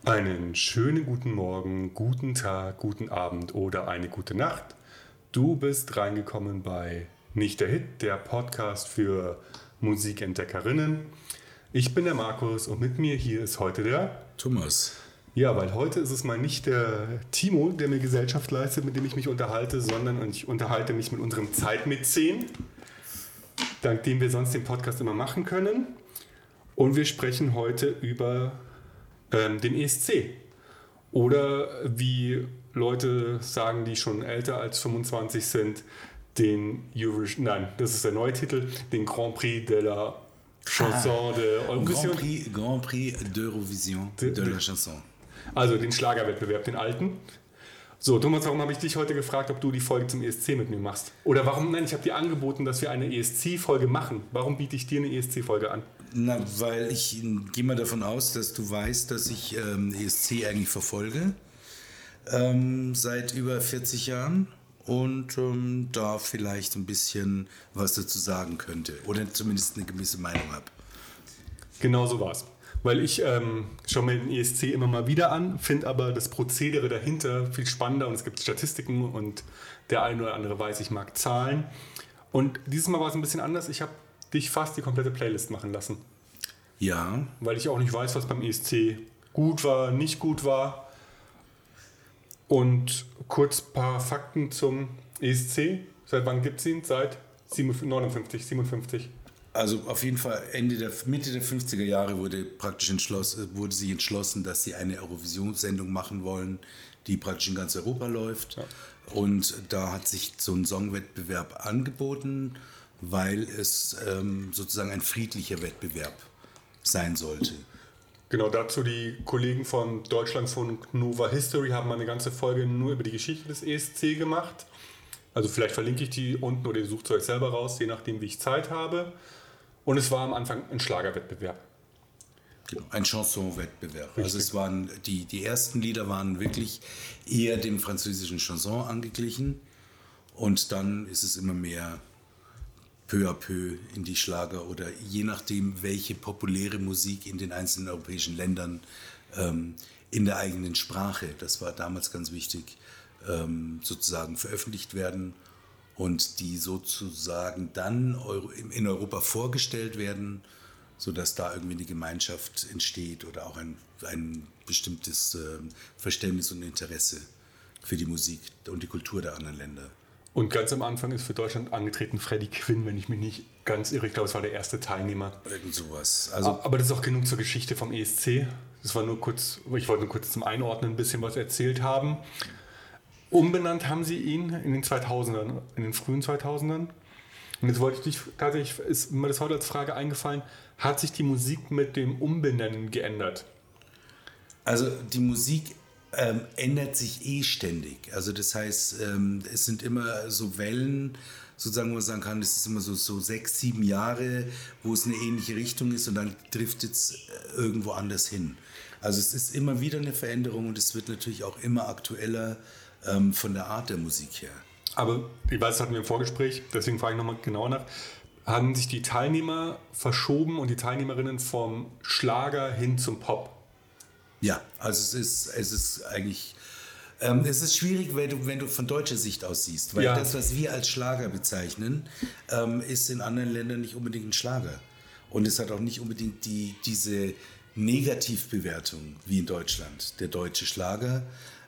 Einen schönen guten Morgen, guten Tag, guten Abend oder eine gute Nacht. Du bist reingekommen bei Nicht der Hit, der Podcast für Musikentdeckerinnen. Ich bin der Markus und mit mir hier ist heute der Thomas. Ja, weil heute ist es mal nicht der Timo, der mir Gesellschaft leistet, mit dem ich mich unterhalte, sondern ich unterhalte mich mit unserem Zeitmäzen, dank dem wir sonst den Podcast immer machen können. Und wir sprechen heute über den ESC. Oder wie Leute sagen, die schon älter als 25 sind, den Eurovision, nein, das ist der neue Titel, den Grand Prix de la Chanson de Eurovision. Grand Prix d'Eurovision de la Chanson. Also den Schlagerwettbewerb, den alten. So, Thomas, warum habe ich dich heute gefragt, ob du die Folge zum ESC mit mir machst? Oder warum, nein, ich habe dir angeboten, dass wir eine ESC-Folge machen. Warum biete ich dir eine ESC-Folge an? Na, weil ich gehe mal davon aus, dass du weißt, dass ich ESC eigentlich verfolge. Seit über 40 Jahren. Und da vielleicht ein bisschen was dazu sagen könnte. Oder zumindest eine gewisse Meinung habe. Genau so war's. Weil ich schaue mir den ESC immer mal wieder an, finde aber das Prozedere dahinter viel spannender und es gibt Statistiken und der eine oder andere weiß, ich mag Zahlen. Und dieses Mal war es ein bisschen anders. Ich habe dich fast die komplette Playlist machen lassen. Ja. Weil ich auch nicht weiß, was beim ESC gut war, nicht gut war. Und kurz ein paar Fakten zum ESC. Seit wann gibt es ihn? Seit 57. Also auf jeden Fall Mitte der 50er Jahre wurde sich entschlossen, dass sie eine Eurovisionssendung machen wollen, die praktisch in ganz Europa läuft. Ja. Und da hat sich so ein Songwettbewerb angeboten, weil es sozusagen ein friedlicher Wettbewerb sein sollte. Genau, dazu die Kollegen von Deutschlandfunk Nova History haben eine ganze Folge nur über die Geschichte des ESC gemacht. Also vielleicht verlinke ich die unten oder ihr sucht es euch selber raus, je nachdem wie ich Zeit habe. Und es war am Anfang ein Schlagerwettbewerb. Genau, ein Chanson-Wettbewerb. Richtig. Also es waren die ersten Lieder waren wirklich eher dem französischen Chanson angeglichen. Und dann ist es immer mehr peu à peu in die Schlager oder je nachdem, welche populäre Musik in den einzelnen europäischen Ländern in der eigenen Sprache, das war damals ganz wichtig, sozusagen veröffentlicht werden und die sozusagen dann in Europa vorgestellt werden, sodass da irgendwie eine Gemeinschaft entsteht oder auch ein bestimmtes Verständnis und Interesse für die Musik und die Kultur der anderen Länder. Und ganz am Anfang ist für Deutschland angetreten Freddie Quinn, wenn ich mich nicht ganz irre. Ich glaube, es war der erste Teilnehmer. Irgend sowas. Aber das ist auch genug zur Geschichte vom ESC. Das war nur kurz, ich wollte nur kurz zum Einordnen ein bisschen was erzählt haben. Umbenannt haben sie ihn in den 2000ern, in den frühen 2000ern. Und jetzt wollte ich dich tatsächlich, ist mir das heute als Frage eingefallen, hat sich die Musik mit dem Umbenennen geändert? Also die Musik ändert sich ständig. Also das heißt, es sind immer so Wellen, sozusagen, wo man sagen kann, es ist immer so 6, 7 Jahre, wo es eine ähnliche Richtung ist und dann driftet es irgendwo anders hin. Also es ist immer wieder eine Veränderung und es wird natürlich auch immer aktueller von der Art der Musik her. Aber ich weiß, das hatten wir im Vorgespräch, deswegen frage ich nochmal genauer nach. Haben sich die Teilnehmer verschoben und die Teilnehmerinnen vom Schlager hin zum Pop? Ja, also es ist eigentlich, es ist schwierig, wenn du von deutscher Sicht aus siehst, weil das, was wir als Schlager bezeichnen, ist in anderen Ländern nicht unbedingt ein Schlager. Und es hat auch nicht unbedingt diese Negativbewertung wie in Deutschland, der deutsche Schlager.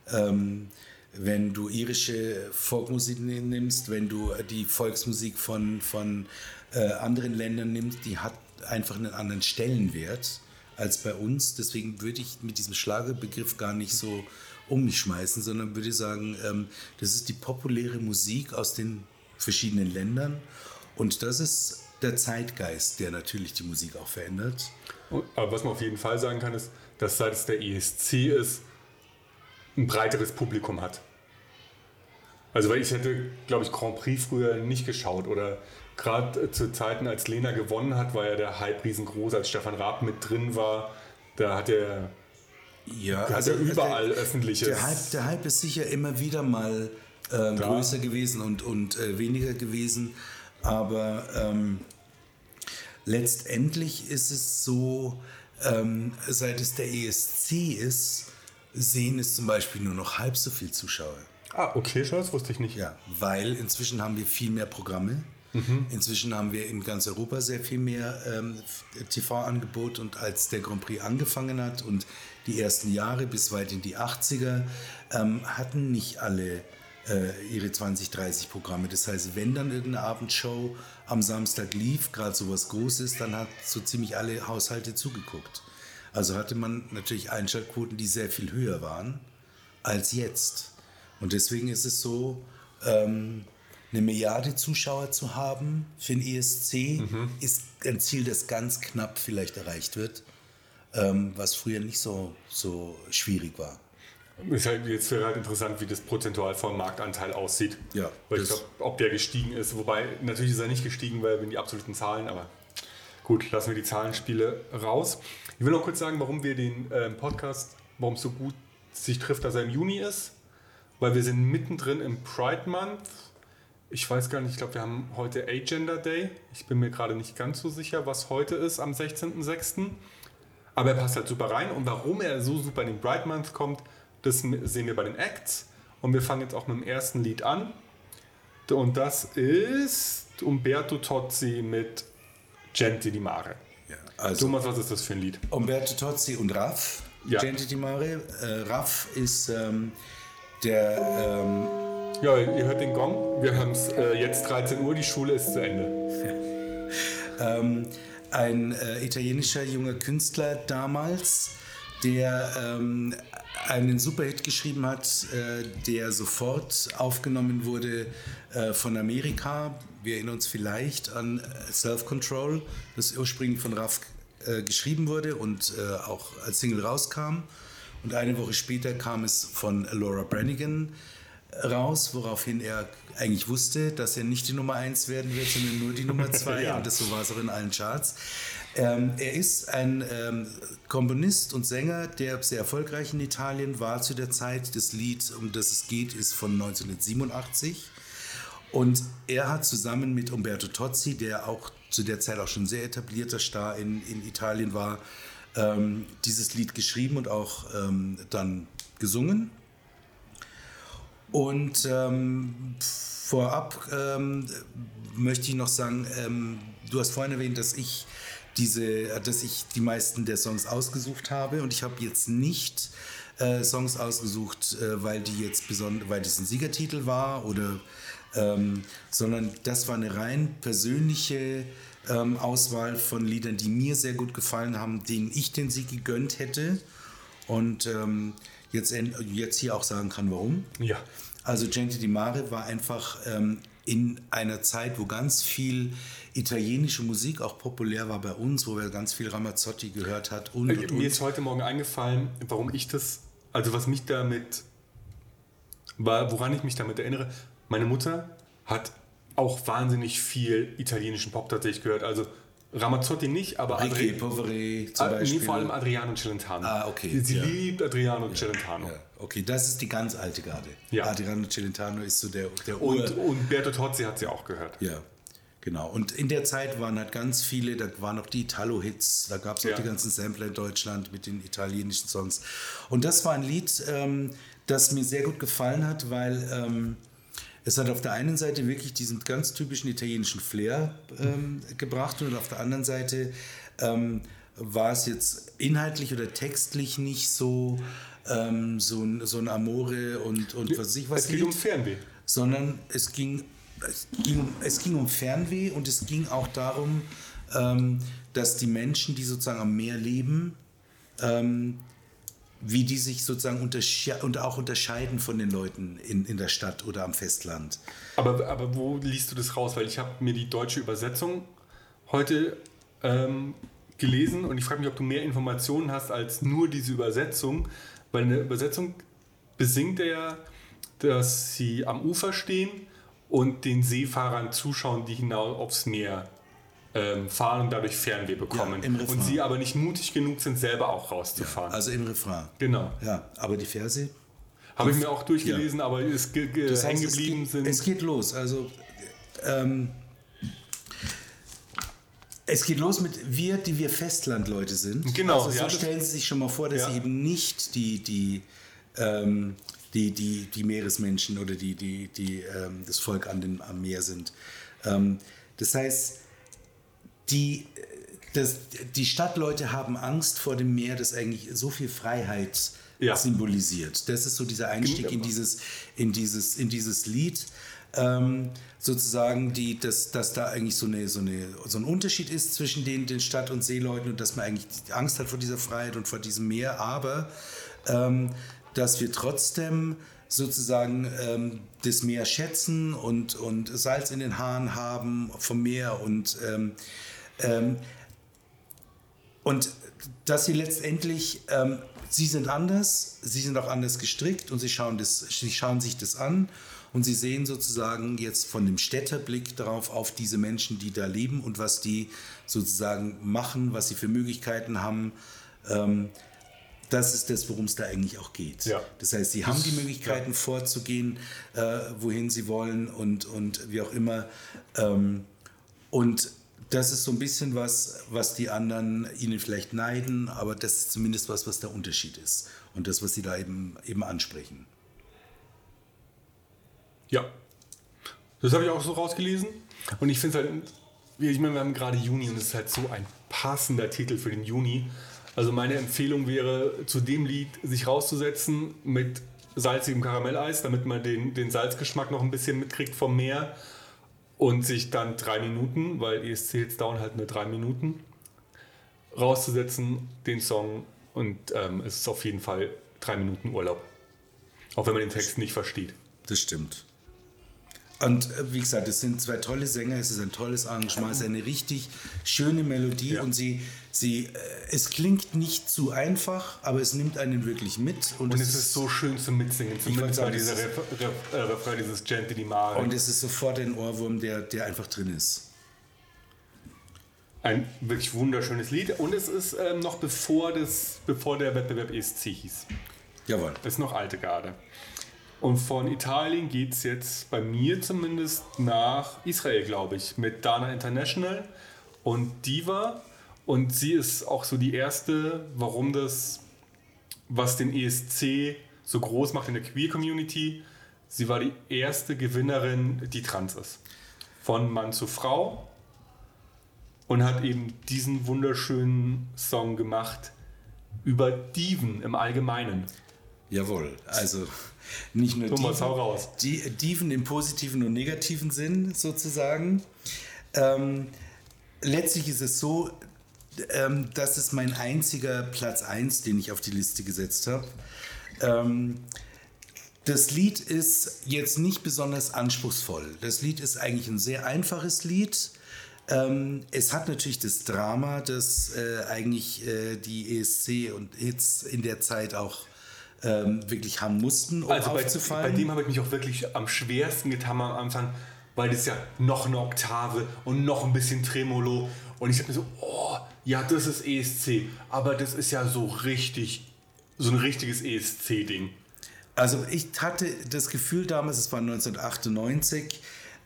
Wenn du irische Folkmusik nimmst, wenn du die Volksmusik von anderen Ländern nimmst, die hat einfach einen anderen Stellenwert als bei uns. Deswegen würde ich mit diesem Schlagerbegriff gar nicht so um mich schmeißen, sondern würde sagen, das ist die populäre Musik aus den verschiedenen Ländern und das ist der Zeitgeist, der natürlich die Musik auch verändert. Aber was man auf jeden Fall sagen kann, ist, dass seit es der ESC ist, ein breiteres Publikum hat. Also weil ich hätte, glaube ich, Grand Prix früher nicht geschaut oder gerade zu Zeiten, als Lena gewonnen hat, war ja der Hype riesengroß, als Stefan Raab mit drin war, da hat er überall Öffentliches. Der Hype ist sicher immer wieder mal größer gewesen und weniger gewesen, aber letztendlich ist es so, seit es der ESC ist, sehen es zum Beispiel nur noch halb so viel Zuschauer. Ah, okay, schon, das wusste ich nicht. Ja, weil inzwischen haben wir viel mehr Programme. Inzwischen haben wir in ganz Europa sehr viel mehr TV-Angebot, und als der Grand Prix angefangen hat und die ersten Jahre bis weit in die 80er, hatten nicht alle ihre 20, 30 Programme. Das heißt, wenn dann irgendeine Abendshow am Samstag lief, gerade so was Großes, dann hat so ziemlich alle Haushalte zugeguckt. Also hatte man natürlich Einschaltquoten, die sehr viel höher waren als jetzt. Und deswegen ist es so, eine Milliarde Zuschauer zu haben für den ESC ist ein Ziel, das ganz knapp vielleicht erreicht wird, was früher nicht so schwierig war. Ist halt, jetzt wäre halt interessant, wie das prozentual vom Marktanteil aussieht. Ja, weil ich glaube, ob der gestiegen ist. Wobei, natürlich ist er nicht gestiegen, weil wir die absoluten Zahlen, aber gut, lassen wir die Zahlenspiele raus. Ich will noch kurz sagen, warum wir den Podcast, warum es so gut sich trifft, dass er im Juni ist. Weil wir sind mittendrin im Pride Month. Ich weiß gar nicht, ich glaube, wir haben heute Agender Day. Ich bin mir gerade nicht ganz so sicher, was heute ist, am 16.06. Aber er passt halt super rein. Und warum er so super in den Pride Month kommt, das sehen wir bei den Acts. Und wir fangen jetzt auch mit dem ersten Lied an. Und das ist Umberto Tozzi mit Gente di Mare. Ja, also Thomas, was ist das für ein Lied? Umberto Tozzi und Raff, Ja. Gente di Mare. Raff ist der... Ja, ihr hört den Gong. Wir haben es jetzt 13 Uhr, die Schule ist zu Ende. ein italienischer junger Künstler damals, der einen Superhit geschrieben hat, der sofort aufgenommen wurde von Amerika. Wir erinnern uns vielleicht an Self-Control, das ursprünglich von Raff geschrieben wurde und auch als Single rauskam. Und eine Woche später kam es von Laura Branigan raus, woraufhin er eigentlich wusste, dass er nicht die Nummer 1 werden wird, sondern nur die Nummer 2. Ja. Und das so war es auch in allen Charts. Er ist ein Komponist und Sänger, der sehr erfolgreich in Italien war zu der Zeit. Das Lied, um das es geht, ist von 1987. Und er hat zusammen mit Umberto Tozzi, der auch zu der Zeit auch schon sehr etablierter Star in Italien war, dieses Lied geschrieben und auch dann gesungen. Und vorab möchte ich noch sagen, du hast vorhin erwähnt, dass ich die meisten der Songs ausgesucht habe, und ich habe jetzt nicht Songs ausgesucht, weil das ein Siegertitel war oder sondern das war eine rein persönliche Auswahl von Liedern, die mir sehr gut gefallen haben, denen ich den Sieg gegönnt hätte und jetzt hier auch sagen kann, warum. Ja. Also Gente di Mare war einfach in einer Zeit, wo ganz viel italienische Musik auch populär war bei uns, wo wir ganz viel Ramazzotti gehört hat und. Mir ist heute Morgen eingefallen, woran ich mich damit erinnere. Meine Mutter hat auch wahnsinnig viel italienischen Pop tatsächlich gehört. Also Ramazzotti nicht, aber Poveri zum Beispiel. Nee, vor allem Adriano Celentano. Ah, okay. Sie liebt Adriano Celentano. Ja, okay, das ist die ganz alte Garde. Ja. Adriano Celentano ist so der und Umberto Tozzi hat sie auch gehört. Ja, genau. Und in der Zeit waren halt ganz viele, da waren noch die Italo-Hits, da gab es auch die ganzen Sampler in Deutschland mit den italienischen Songs. Und das war ein Lied, das mir sehr gut gefallen hat, weil es hat auf der einen Seite wirklich diesen ganz typischen italienischen Flair gebracht, und auf der anderen Seite war es jetzt inhaltlich oder textlich nicht so ein Amore und was weiß ich was. Es geht um Fernweh. Sondern es ging um Fernweh, und es ging auch darum, dass die Menschen, die sozusagen am Meer leben, wie die sich sozusagen unterscheiden von den Leuten in der Stadt oder am Festland. Aber wo liest du das raus? Weil ich habe mir die deutsche Übersetzung heute gelesen, und ich frage mich, ob du mehr Informationen hast als nur diese Übersetzung, weil in der Übersetzung besingt er ja, dass sie am Ufer stehen und den Seefahrern zuschauen, die hinaus aufs Meer fahren und dadurch Fernweh bekommen. Ja, im Refrain. Und sie aber nicht mutig genug sind, selber auch rauszufahren. Ja, also im Refrain. Genau. Ja, aber die Verse? Habe ich mir auch durchgelesen, aber es hängen geblieben sind. Es geht los. Also Es geht los mit wir, die wir Festlandleute sind. Genau. Also so stellen Sie sich schon mal vor, dass Sie eben nicht die Meeresmenschen oder das Volk am Meer sind. Das heißt, die Stadtleute haben Angst vor dem Meer, das eigentlich so viel Freiheit symbolisiert. Das ist so dieser Einstieg in dieses Lied. Sozusagen, dass da eigentlich so ein Unterschied ist zwischen den Stadt- und Seeleuten und dass man eigentlich Angst hat vor dieser Freiheit und vor diesem Meer, aber dass wir trotzdem sozusagen das Meer schätzen und Salz in den Haaren haben vom Meer und dass sie letztendlich, sie sind anders, sie sind auch anders gestrickt und sie schauen sich das an und sie sehen sozusagen jetzt von dem Städterblick darauf auf diese Menschen, die da leben und was die sozusagen machen, was sie für Möglichkeiten haben. Das ist das, worum es da eigentlich auch geht. Ja. Das heißt, sie haben die Möglichkeiten vorzugehen, wohin sie wollen und wie auch immer. Und das ist so ein bisschen was die anderen ihnen vielleicht neiden, aber das ist zumindest was der Unterschied ist. Und das, was sie da eben ansprechen. Ja, das habe ich auch so rausgelesen. Und ich finde es halt, ich meine, wir haben gerade Juni und es ist halt so ein passender Titel für den Juni. Also meine Empfehlung wäre, zu dem Lied sich rauszusetzen mit salzigem Karamelleis, damit man den Salzgeschmack noch ein bisschen mitkriegt vom Meer und sich dann 3 Minuten, weil ESC-Hits dauern halt nur 3 Minuten, rauszusetzen, den Song und es ist auf jeden Fall 3 Minuten Urlaub. Auch wenn man den Text nicht versteht. Das stimmt. Und wie gesagt, es sind 2 tolle Sänger, es ist ein tolles Arrangement, es ist eine richtig schöne Melodie und es klingt nicht zu einfach, aber es nimmt einen wirklich mit. Und es ist so schön zum Mitsingen, dieser Refrain, dieses Gente di Mare. Und es ist sofort ein Ohrwurm, der einfach drin ist. Ein wirklich wunderschönes Lied und es ist noch bevor der Wettbewerb ESC hieß. Jawohl. Das ist noch alte Garde. Und von Italien geht es jetzt bei mir zumindest nach Israel, glaube ich, mit Dana International und Diva. Und sie ist auch so die erste, was den ESC so groß macht in der Queer-Community. Sie war die erste Gewinnerin, die trans ist. Von Mann zu Frau. Und hat eben diesen wunderschönen Song gemacht über Diven im Allgemeinen. Jawohl, also nicht nur Thomas, hau raus. Diven im positiven und negativen Sinn sozusagen. Letztlich ist es so, das ist mein einziger Platz 1, den ich auf die Liste gesetzt habe. Das Lied ist jetzt nicht besonders anspruchsvoll. Das Lied ist eigentlich ein sehr einfaches Lied. Es hat natürlich das Drama, das eigentlich die ESC und Hits in der Zeit auch wirklich haben mussten, um aufzufallen. Bei dem habe ich mich auch wirklich am schwersten getan am Anfang, weil das ja noch eine Oktave und noch ein bisschen Tremolo. Und ich dachte mir so, oh, ja, das ist ESC. Aber das ist ja so ein richtiges ESC-Ding. Also ich hatte das Gefühl damals, es war 1998,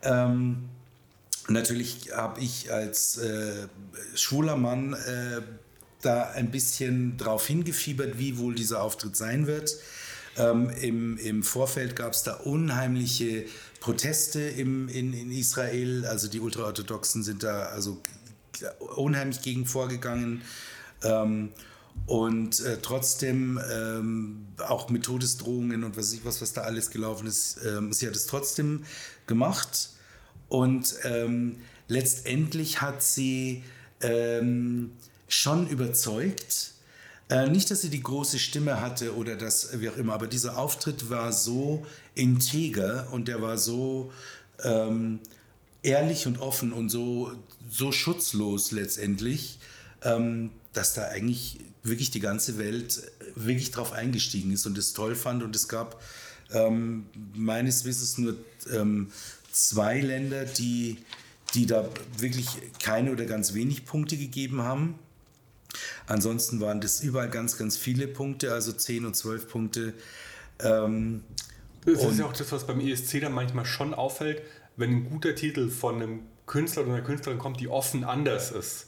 natürlich habe ich als schwuler Mann da ein bisschen drauf hingefiebert, wie wohl dieser Auftritt sein wird. Im Vorfeld gab es da unheimliche Proteste in Israel, also die Ultraorthodoxen sind da also unheimlich gegen vorgegangen und trotzdem auch mit Todesdrohungen und was da alles gelaufen ist, sie hat es trotzdem gemacht und letztendlich hat sie schon überzeugt. Nicht, dass sie die große Stimme hatte oder das, wie auch immer, aber dieser Auftritt war so integer und der war so ehrlich und offen und so schutzlos letztendlich, dass da eigentlich wirklich die ganze Welt wirklich drauf eingestiegen ist und es toll fand. Und es gab meines Wissens nur 2 Länder, die da wirklich keine oder ganz wenig Punkte gegeben haben. Ansonsten waren das überall ganz, ganz viele Punkte, also 10 und 12 Punkte. Das ist ja auch das, was beim ESC dann manchmal schon auffällt, wenn ein guter Titel von einem Künstler oder einer Künstlerin kommt, die offen anders ist.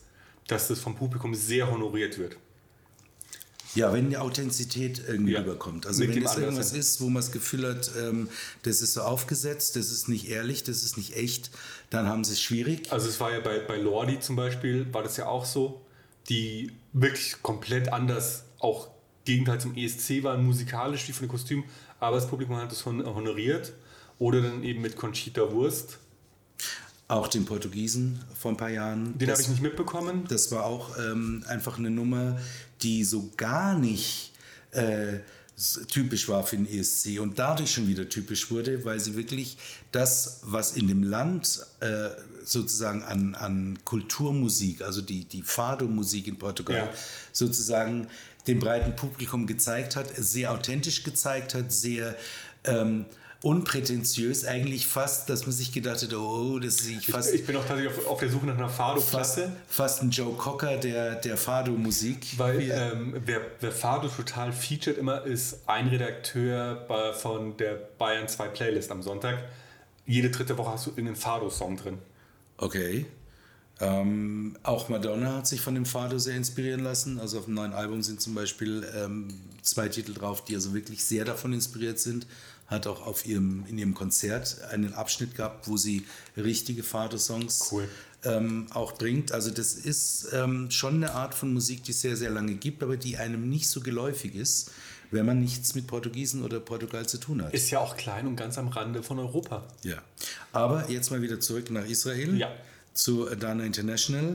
dass das vom Publikum sehr honoriert wird. Ja, wenn die Authentizität irgendwie rüberkommt. Also Mit wenn dem es irgendwas Andersen. ist, wo man das Gefühl hat, das ist so aufgesetzt, das ist nicht ehrlich, das ist nicht echt, dann haben sie es schwierig. Also es war ja bei Lordi zum Beispiel, war das ja auch so, die wirklich komplett anders, auch Gegenteil zum ESC waren, musikalisch wie von den Kostümen, aber das Publikum hat es honoriert. Oder dann eben mit Conchita Wurst. Auch den Portugiesen vor ein paar Jahren. Den habe ich nicht mitbekommen. Das war auch einfach eine Nummer, die so gar nicht typisch war für den ESC und dadurch schon wieder typisch wurde, weil sie wirklich das, was in dem Land sozusagen an Kulturmusik, also die Fado-Musik in Portugal, sozusagen dem breiten Publikum gezeigt hat, sehr authentisch gezeigt hat, sehr unprätentiös eigentlich fast, dass man sich gedacht hat, oh, das sehe ich fast... Ich bin auch tatsächlich auf der Suche nach einer Fado-Platte. Fast ein Joe Cocker der Fado-Musik. Weil wer Fado total featured immer, ist ein Redakteur von der Bayern 2 Playlist am Sonntag. Jede dritte Woche hast du irgendeinen Fado-Song drin. Okay. Auch Madonna hat sich von dem Fado sehr inspirieren lassen. Also auf dem neuen Album sind zum Beispiel 2 Titel drauf, die also wirklich sehr davon inspiriert sind. Hat auch in ihrem Konzert einen Abschnitt gehabt, wo sie richtige Fado-Songs auch bringt. Also das ist schon eine Art von Musik, die es sehr, sehr lange gibt, aber die einem nicht so geläufig ist, wenn man nichts mit Portugiesen oder Portugal zu tun hat. Ist ja auch klein und ganz am Rande von Europa. Ja. Aber jetzt mal wieder zurück nach Israel, zu Adana International.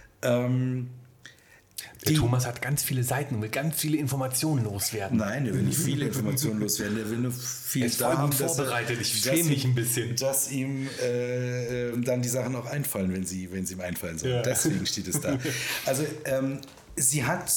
Der Thomas hat ganz viele Seiten und will ganz viele Informationen loswerden. Nein, der will nicht viele Informationen loswerden, der will nur viel da haben, vorbereitet. Ich schäme mich ein bisschen. Dass ihm dann die Sachen auch einfallen, wenn sie ihm einfallen sollen. Ja. Deswegen steht es da. Also sie hat,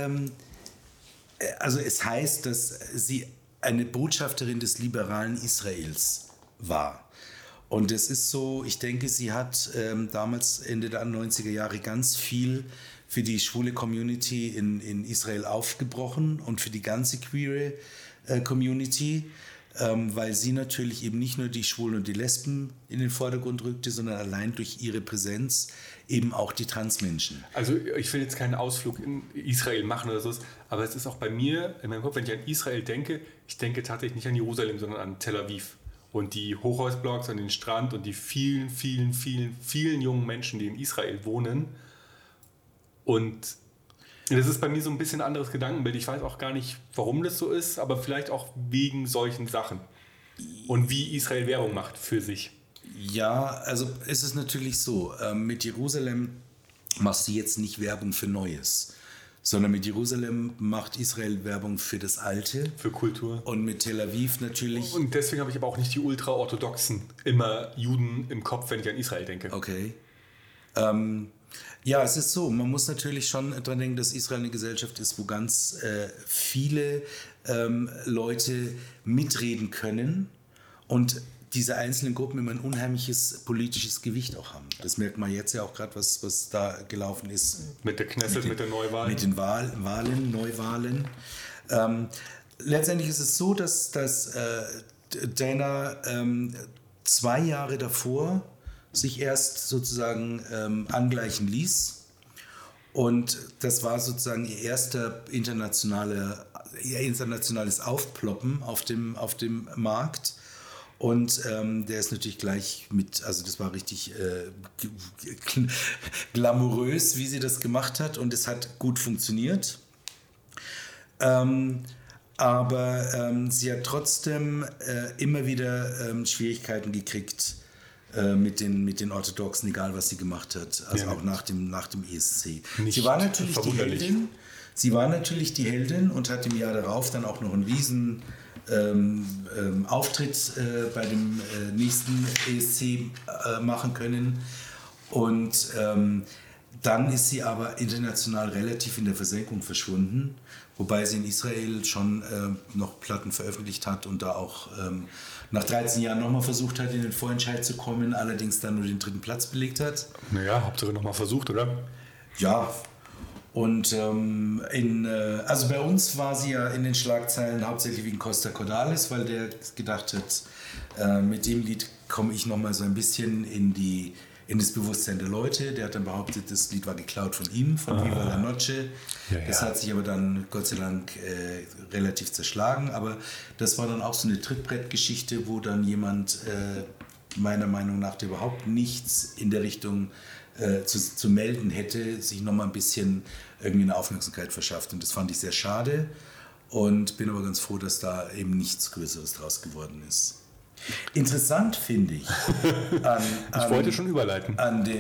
also es heißt, dass sie eine Botschafterin des liberalen Israels war. Und es ist so, ich denke, sie hat damals Ende der 90er Jahre ganz viel für die schwule Community in Israel aufgebrochen und für die ganze queere Community, weil sie natürlich eben nicht nur die Schwulen und die Lesben in den Vordergrund rückte, sondern allein durch ihre Präsenz eben auch die Transmenschen. Also ich will jetzt keinen Ausflug in Israel machen oder so, aber es ist auch bei mir, in meinem Kopf, wenn ich an Israel denke, ich denke tatsächlich nicht an Jerusalem, sondern an Tel Aviv. Und die Hochhausblocks an den Strand und die vielen, vielen, vielen, vielen jungen Menschen, die in Israel wohnen. Und das ist bei mir so ein bisschen ein anderes Gedankenbild. Ich weiß auch gar nicht, warum das so ist, aber vielleicht auch wegen solchen Sachen. Und wie Israel Werbung macht für sich. Ja, also es ist natürlich so, mit Jerusalem machst du jetzt nicht Werbung für Neues, sondern mit Jerusalem macht Israel Werbung für das Alte. Für Kultur. Und mit Tel Aviv natürlich. Und deswegen habe ich aber auch nicht die ultra-orthodoxen, immer Juden im Kopf, wenn ich an Israel denke. Okay. Ja, es ist so, man muss natürlich schon daran denken, dass Israel eine Gesellschaft ist, wo ganz viele Leute mitreden können und diese einzelnen Gruppen immer ein unheimliches politisches Gewicht auch haben. Das merkt man jetzt ja auch gerade, was da gelaufen ist. Mit der Knesset, mit der Neuwahl. Mit den Neuwahlen. Letztendlich ist es so, dass Dana 2 Jahre davor sich erst sozusagen angleichen ließ. Und das war sozusagen ihr erster internationales Aufploppen auf dem Markt. Und der ist natürlich gleich also das war richtig glamourös, wie sie das gemacht hat. Und es hat gut funktioniert. Aber sie hat trotzdem immer wieder Schwierigkeiten gekriegt mit den Orthodoxen, egal was sie gemacht hat. Also auch nach dem ESC. Sie war natürlich die Heldin. Sie war natürlich die Heldin und hat im Jahr darauf dann auch noch einen riesen Auftritt bei dem nächsten ESC machen können. Und dann ist sie aber international relativ in der Versenkung verschwunden, wobei sie in Israel schon noch Platten veröffentlicht hat und da auch nach 13 Jahren nochmal versucht hat, in den Vorentscheid zu kommen, allerdings dann nur den 3. Platz belegt hat. Naja, Hauptsache nochmal versucht, oder? Ja. Und also bei uns war sie ja in den Schlagzeilen hauptsächlich wegen Costa Cordalis, weil der gedacht hat, mit dem Lied komme ich nochmal so ein bisschen in die in das Bewusstsein der Leute. Der hat dann behauptet, das Lied war geklaut von ihm, von Viva la Noche. Das hat sich aber dann Gott sei Dank relativ zerschlagen. Aber das war dann auch so eine Trittbrettgeschichte, wo dann jemand meiner Meinung nach, der überhaupt nichts in der Richtung zu melden hätte, sich nochmal ein bisschen irgendwie eine Aufmerksamkeit verschafft. Und das fand ich sehr schade und bin aber ganz froh, dass da eben nichts Größeres draus geworden ist. Interessant finde ich. Ich wollte schon überleiten.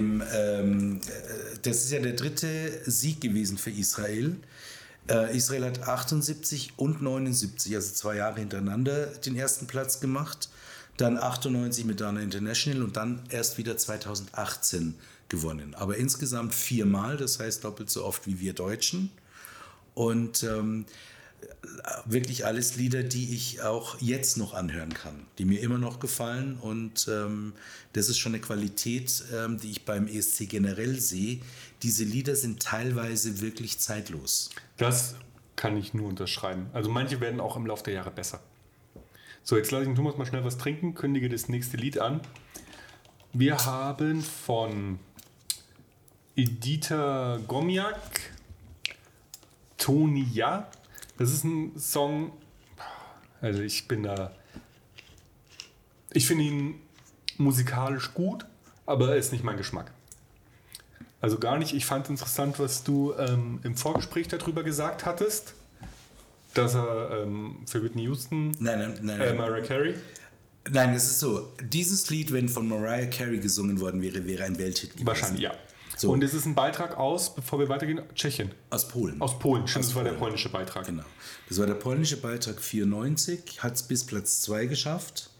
Das ist ja der dritte Sieg gewesen für Israel. Israel hat 78 und 79, also 2 Jahre hintereinander, den ersten Platz gemacht. Dann 98 mit Dana International und dann erst wieder 2018 gewonnen. Aber insgesamt 4-mal, das heißt doppelt so oft wie wir Deutschen. Und wirklich alles Lieder, die ich auch jetzt noch anhören kann, die mir immer noch gefallen. Und das ist schon eine Qualität, die ich beim ESC generell sehe. Diese Lieder sind teilweise wirklich zeitlos. Das kann ich nur unterschreiben. Also manche werden auch im Laufe der Jahre besser. So, jetzt lasse ich den Thomas mal schnell was trinken, kündige das nächste Lied an. Wir haben von Edita Gomiak Tonia. Das ist ein Song, also ich finde ihn musikalisch gut, aber er ist nicht mein Geschmack. Also gar nicht. Ich fand interessant, was du im Vorgespräch darüber gesagt hattest, dass er für Whitney Houston, Mariah Carey. Nein, es ist so, dieses Lied, wenn von Mariah Carey gesungen worden wäre, wäre ein Welthit gewesen. Wahrscheinlich, ja. So. Und es ist ein Beitrag aus, bevor wir weitergehen, Tschechien. Aus Polen. Aus Polen, stimmt, das war der polnische Beitrag. Genau. Das war der polnische Beitrag 94, hat es bis Platz 2 geschafft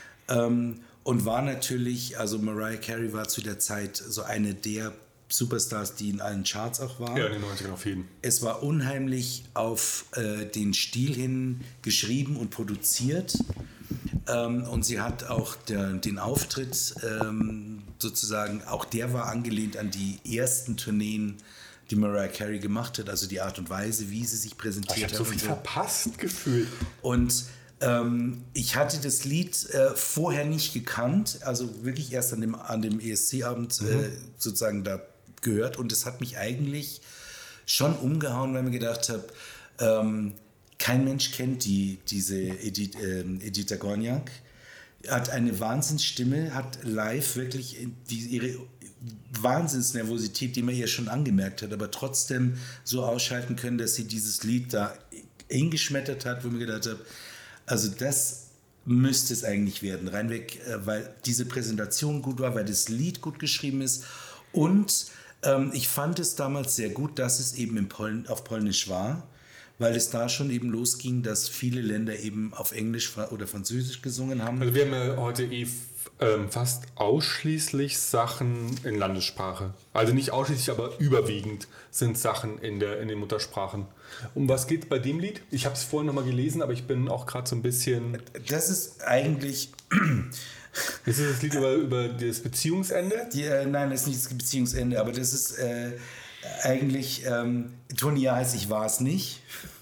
und war natürlich, also Mariah Carey war zu der Zeit so eine der Superstars, die in allen Charts auch waren. Ja, in den 90ern auf jeden. Es war unheimlich auf den Stil hin geschrieben und produziert. Und sie hat auch den Auftritt sozusagen, auch der war angelehnt an die ersten Tourneen, die Mariah Carey gemacht hat, also die Art und Weise, wie sie sich präsentiert hat. Ich habe so viel verpasst gefühlt. Und ich hatte das Lied vorher nicht gekannt, also wirklich erst an dem ESC-Abend sozusagen da gehört, und es hat mich eigentlich schon umgehauen, weil ich mir gedacht habe, kein Mensch kennt diese Edita Gomiak, hat eine Wahnsinnsstimme, hat live wirklich ihre Wahnsinnsnervosität, die man ihr schon angemerkt hat, aber trotzdem so ausschalten können, dass sie dieses Lied da hingeschmettert hat, wo ich mir gedacht habe, also das müsste es eigentlich werden, reinweg, weil diese Präsentation gut war, weil das Lied gut geschrieben ist, und ich fand es damals sehr gut, dass es eben auf Polnisch war, weil es da schon eben losging, dass viele Länder eben auf Englisch oder Französisch gesungen haben. Also wir haben ja heute fast ausschließlich Sachen in Landessprache. Also nicht ausschließlich, aber überwiegend sind Sachen in den Muttersprachen. Um was geht es bei dem Lied? Ich habe es vorhin nochmal gelesen, aber ich bin auch gerade so ein bisschen... Das ist eigentlich... Ist das Lied über das Beziehungsende? Nein, das ist nicht das Beziehungsende, aber das ist eigentlich... Tonia heißt, ich war es nicht.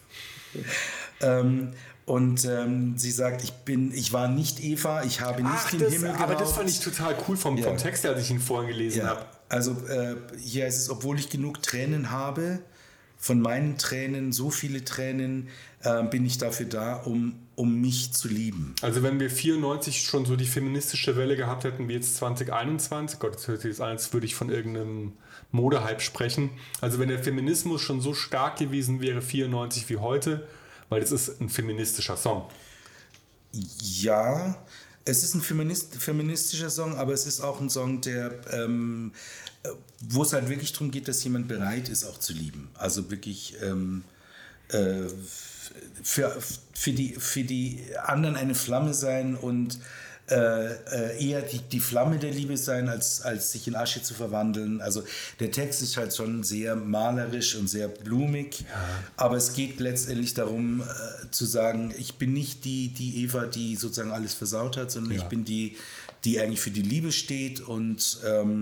Und sie sagt, ich war nicht Eva, ich habe nicht den Himmel geraubt. Aber das fand ich total cool vom Text, als ich ihn vorhin gelesen habe. Also hier heißt es, obwohl ich genug Tränen habe, von meinen Tränen, so viele Tränen, bin ich dafür da, um mich zu lieben. Also wenn wir 94 schon so die feministische Welle gehabt hätten, wie jetzt 2021, Gott, das hört sich jetzt an, als würde ich von irgendeinem Modehype sprechen. Also wenn der Feminismus schon so stark gewesen wäre, 94 wie heute, weil es ist ein feministischer Song. Ja, es ist ein feministischer Song, aber es ist auch ein Song, der, wo es halt wirklich darum geht, dass jemand bereit ist, auch zu lieben. Also wirklich für die anderen eine Flamme sein und eher die Flamme der Liebe sein, als sich in Asche zu verwandeln. Also der Text ist halt schon sehr malerisch und sehr blumig, aber es geht letztendlich darum zu sagen, ich bin nicht die Eva, die sozusagen alles versaut hat, sondern ich bin die eigentlich für die Liebe steht, und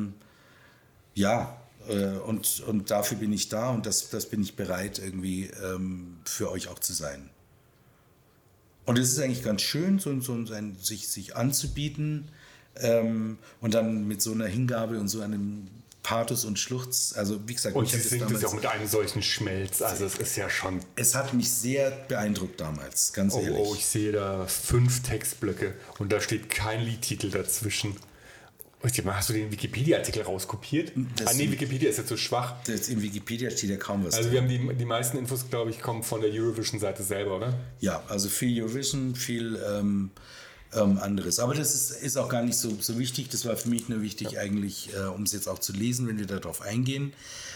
und dafür bin ich da, und das bin ich bereit, irgendwie für euch auch zu sein. Und es ist eigentlich ganz schön, sich anzubieten, Und dann mit so einer Hingabe und so einem Pathos und Schluchz. Also wie gesagt, und sie singt es ja auch mit einem solchen Schmelz. Also es ist ja schon... Es hat mich sehr beeindruckt damals, ganz ehrlich. Oh, ich sehe da 5 Textblöcke und da steht kein Liedtitel dazwischen. Hast du den Wikipedia-Artikel rauskopiert? Wikipedia ist jetzt so schwach. In Wikipedia steht ja kaum was. Also wir haben die meisten Infos, glaube ich, kommen von der Eurovision-Seite selber, oder? Ja, also viel Eurovision, viel anderes. Aber das ist auch gar nicht so wichtig. Das war für mich nur wichtig eigentlich, um es jetzt auch zu lesen, wenn wir darauf eingehen.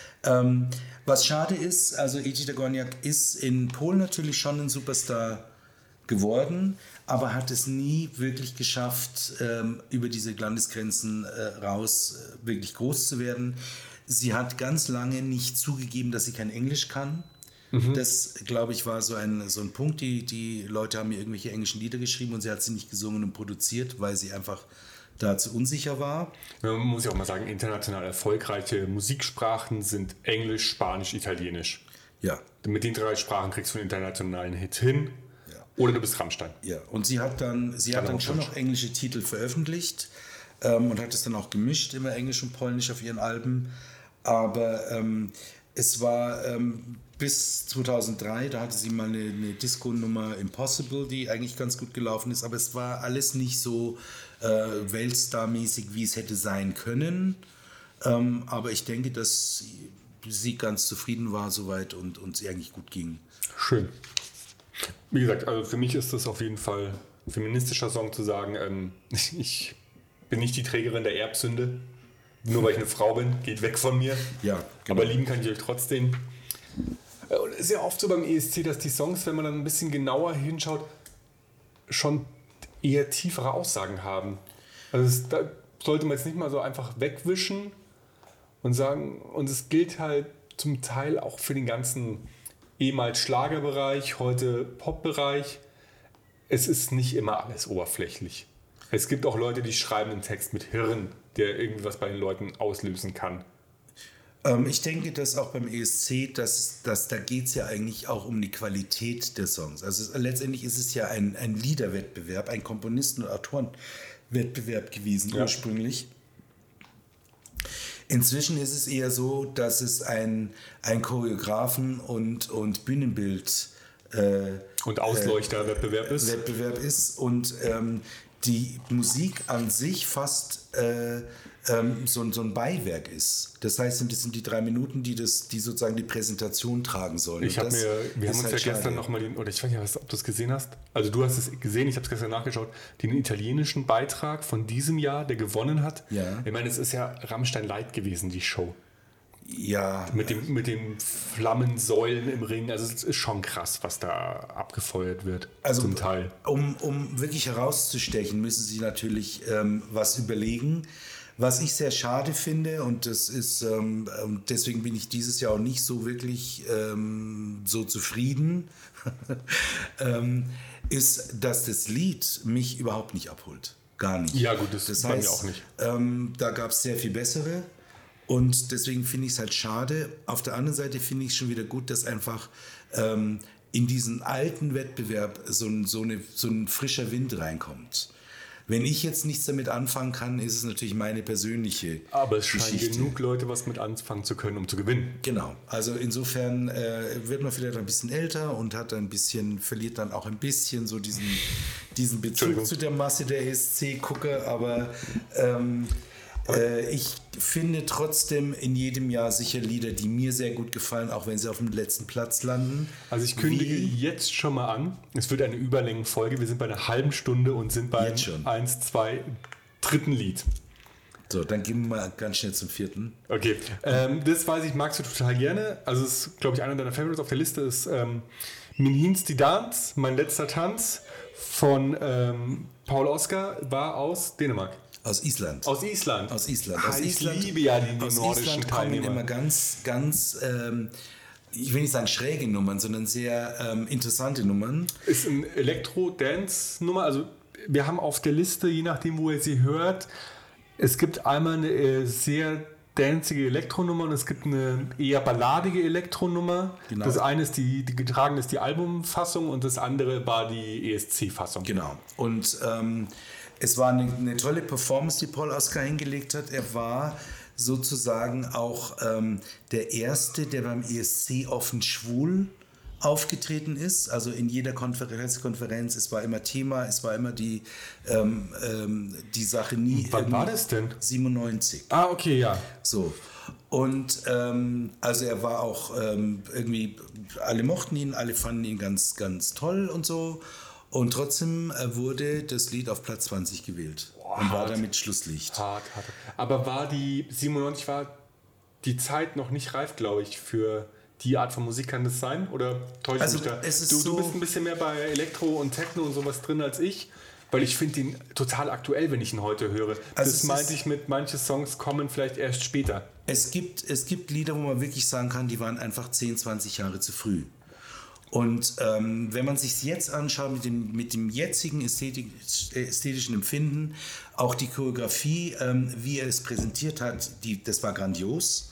Was schade ist, also Egidio Dagorniak ist in Polen natürlich schon ein Superstar geworden, aber hat es nie wirklich geschafft, über diese Landesgrenzen raus wirklich groß zu werden. Sie hat ganz lange nicht zugegeben, dass sie kein Englisch kann. Das, glaube ich, war so ein Punkt. Die Leute haben mir irgendwelche englischen Lieder geschrieben und sie hat sie nicht gesungen und produziert, weil sie einfach dazu unsicher war. Man muss ja auch mal sagen, international erfolgreiche Musiksprachen sind Englisch, Spanisch, Italienisch. Ja. Mit den 3 Sprachen kriegst du einen internationalen Hit hin. Oder du bist Rammstein. Ja, und sie hat dann schon noch englische Titel veröffentlicht und hat es dann auch gemischt, immer Englisch und Polnisch auf ihren Alben. Aber es war bis 2003, da hatte sie mal eine Disco-Nummer Impossible, die eigentlich ganz gut gelaufen ist, aber es war alles nicht so Weltstar-mäßig, wie es hätte sein können. Aber ich denke, dass sie ganz zufrieden war soweit und es eigentlich gut ging. Schön. Wie gesagt, also für mich ist das auf jeden Fall ein feministischer Song zu sagen, ich bin nicht die Trägerin der Erbsünde, nur weil ich eine Frau bin, geht weg von mir. Ja, genau. Aber lieben kann ich euch trotzdem. Und es ist ja oft so beim ESC, dass die Songs, wenn man dann ein bisschen genauer hinschaut, schon eher tiefere Aussagen haben. Also da sollte man jetzt nicht mal so einfach wegwischen und sagen, und es gilt halt zum Teil auch für den ganzen ehemals Schlagerbereich, heute Popbereich. Es ist nicht immer alles oberflächlich. Es gibt auch Leute, die schreiben einen Text mit Hirn, der irgendwas bei den Leuten auslösen kann. Ich denke, dass auch beim ESC, da geht es ja eigentlich auch um die Qualität der Songs. Also letztendlich ist es ja ein Liederwettbewerb, ein Komponisten- und Autorenwettbewerb gewesen ursprünglich. Inzwischen ist es eher so, dass es ein Choreografen- und Bühnenbild und Ausleuchterwettbewerb ist und die Musik an sich fast so ein Beiwerk ist. Das heißt, das sind die 3 Minuten, die sozusagen die Präsentation tragen sollen. Wir haben uns ja gestern nochmal, oder ich weiß nicht, ob du es gesehen hast, also du hast es gesehen, ich habe es gestern nachgeschaut, den italienischen Beitrag von diesem Jahr, der gewonnen hat. Ja. Ich meine, es ist ja Rammstein Light gewesen, die Show. Ja. Mit den Flammensäulen im Ring, also es ist schon krass, was da abgefeuert wird, also, zum Teil. Um wirklich herauszustechen, müssen sie natürlich was überlegen. Was ich sehr schade finde, und das ist, deswegen bin ich dieses Jahr auch nicht so wirklich so zufrieden, ist, dass das Lied mich überhaupt nicht abholt. Gar nicht. Ja gut, das bei mir auch nicht. Da gab es sehr viel bessere und deswegen finde ich es halt schade. Auf der anderen Seite finde ich es schon wieder gut, dass einfach in diesen alten Wettbewerb so ein frischer Wind reinkommt. Wenn ich jetzt nichts damit anfangen kann, ist es natürlich meine persönliche Geschichte. Aber es scheinen genug Leute, was mit anfangen zu können, um zu gewinnen. Genau. Also insofern wird man vielleicht ein bisschen älter und verliert dann auch ein bisschen so diesen Bezug zu der Masse der ESC-Gucker. Aber ich finde trotzdem in jedem Jahr sicher Lieder, die mir sehr gut gefallen, auch wenn sie auf dem letzten Platz landen. Also ich kündige jetzt schon mal an, es wird eine Überlängenfolge, wir sind bei einer halben Stunde und sind beim 1, 2, 3. Lied. So, dann gehen wir mal ganz schnell zum 4. Okay, das weiß ich, magst du total gerne. Also es ist, glaube ich, einer deiner Favorites auf der Liste ist Min hinste dans, mein letzter Tanz von Paul Oskar, war aus Dänemark. Aus Island. Aus Island. Ich liebe ja die nordischen Island Teilnehmer. Kommen immer ganz, ich will nicht sagen schräge Nummern, sondern sehr interessante Nummern. Ist eine Elektro-Dance-Nummer. Also wir haben auf der Liste, je nachdem, wo ihr sie hört, es gibt einmal eine sehr dancige Elektronummer und es gibt eine eher balladige Elektronummer. Genau. Das eine ist die getragen ist die Albumfassung und das andere war die ESC-Fassung. Genau. Und Es war eine tolle Performance, die Paul Oskar hingelegt hat. Er war sozusagen auch der Erste, der beim ESC offen schwul aufgetreten ist, also in jeder Konferenz, es war immer Thema, es war immer die Sache nie. Wann war das denn? 97. Ah, okay, ja. So. Und also er war auch irgendwie, alle mochten ihn, alle fanden ihn ganz, ganz toll und so. Und trotzdem wurde das Lied auf Platz 20 gewählt. Boah, und war damit Schlusslicht. Hart. Aber war die 97 war die Zeit noch nicht reif, glaube ich, für die Art von Musik. Kann das sein? Oder täusche ich mich da? Du bist ein bisschen mehr bei Elektro und Techno und sowas drin als ich, weil ich finde ihn total aktuell, wenn ich ihn heute höre. Also das meinte ich mit, manche Songs kommen vielleicht erst später. Es gibt Lieder, wo man wirklich sagen kann, die waren einfach 10, 20 Jahre zu früh. Und wenn man sich es jetzt anschaut mit dem jetzigen ästhetischen Empfinden, auch die Choreografie, wie er es präsentiert hat, das war grandios.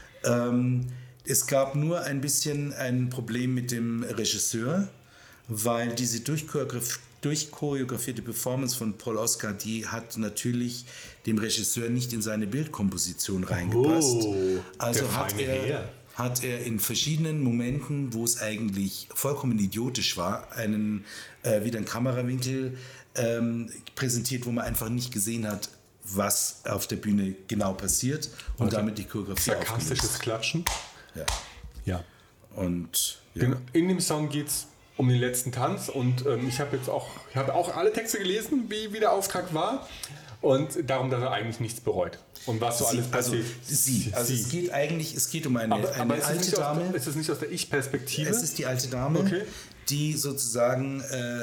Es gab nur ein bisschen ein Problem mit dem Regisseur, weil diese durchchoreografierte Performance von Paul Oskar, die hat natürlich dem Regisseur nicht in seine Bildkomposition reingepasst. Also hat er in verschiedenen Momenten, wo es eigentlich vollkommen idiotisch war, wieder einen Kamerawinkel präsentiert, wo man einfach nicht gesehen hat, was auf der Bühne genau passiert und damit die Choreografie sarkastisches Klatschen. Ja. Und in dem Song geht es um den letzten Tanz und ich habe auch alle Texte gelesen, wie der Auftrag war und darum, dass er eigentlich nichts bereut. Und was so alles passiert. Es geht um eine alte Dame. Ist es nicht aus der Ich-Perspektive? Es ist die alte Dame, okay, die sozusagen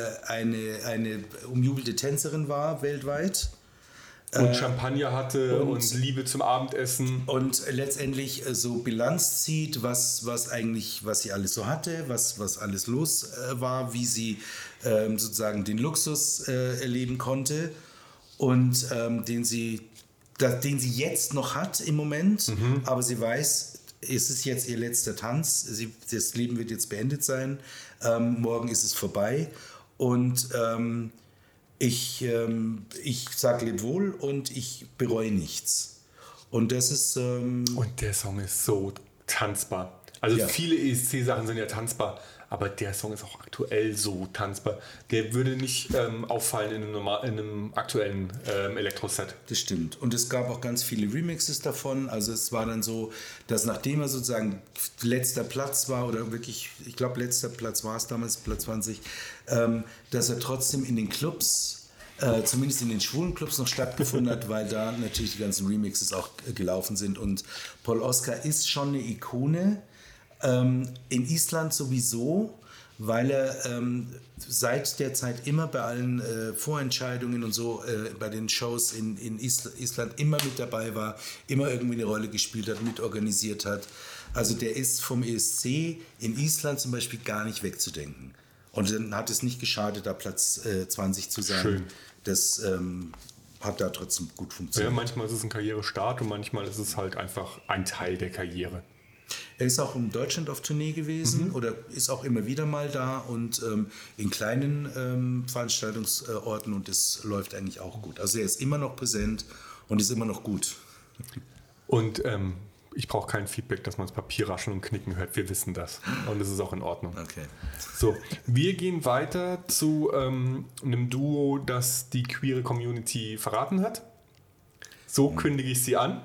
eine umjubelte Tänzerin war weltweit. Und Champagner hatte und Liebe zum Abendessen. Und letztendlich so Bilanz zieht, was sie alles so hatte, was alles los war, wie sie sozusagen den Luxus erleben konnte und den sie jetzt noch hat im Moment, aber sie weiß, es ist jetzt ihr letzter Tanz, das Leben wird jetzt beendet sein, morgen ist es vorbei und ich sage leb wohl und ich bereue nichts. Und das ist... und der Song ist so tanzbar. Also viele ESC-Sachen sind ja tanzbar, aber der Song ist auch aktuell so tanzbar. Der würde nicht auffallen in einem aktuellen Elektro-Set. Das stimmt. Und es gab auch ganz viele Remixes davon. Also es war dann so, dass nachdem er sozusagen letzter Platz war, oder wirklich, ich glaube letzter Platz war es damals, Platz 20, dass er trotzdem in den Clubs, zumindest in den schwulen Clubs noch stattgefunden hat, weil da natürlich die ganzen Remixes auch gelaufen sind. Und Paul Oskar ist schon eine Ikone. In Island sowieso, weil er seit der Zeit immer bei allen Vorentscheidungen und so bei den Shows in Island immer mit dabei war, immer irgendwie eine Rolle gespielt hat, mitorganisiert hat. Also der ist vom ESC in Island zum Beispiel gar nicht wegzudenken. Und dann hat es nicht geschadet, da Platz 20 zu sein. Schön. Das hat da trotzdem gut funktioniert. Ja, manchmal ist es ein Karrierestart und manchmal ist es halt einfach ein Teil der Karriere. Er ist auch in Deutschland auf Tournee gewesen oder ist auch immer wieder mal da und in kleinen Veranstaltungsorten und das läuft eigentlich auch gut. Also er ist immer noch präsent und ist immer noch gut. Und ich brauche kein Feedback, dass man das Papier rascheln und knicken hört. Wir wissen das und es ist auch in Ordnung. Okay. So, wir gehen weiter zu einem Duo, das die queere Community verraten hat. So kündige ich sie an.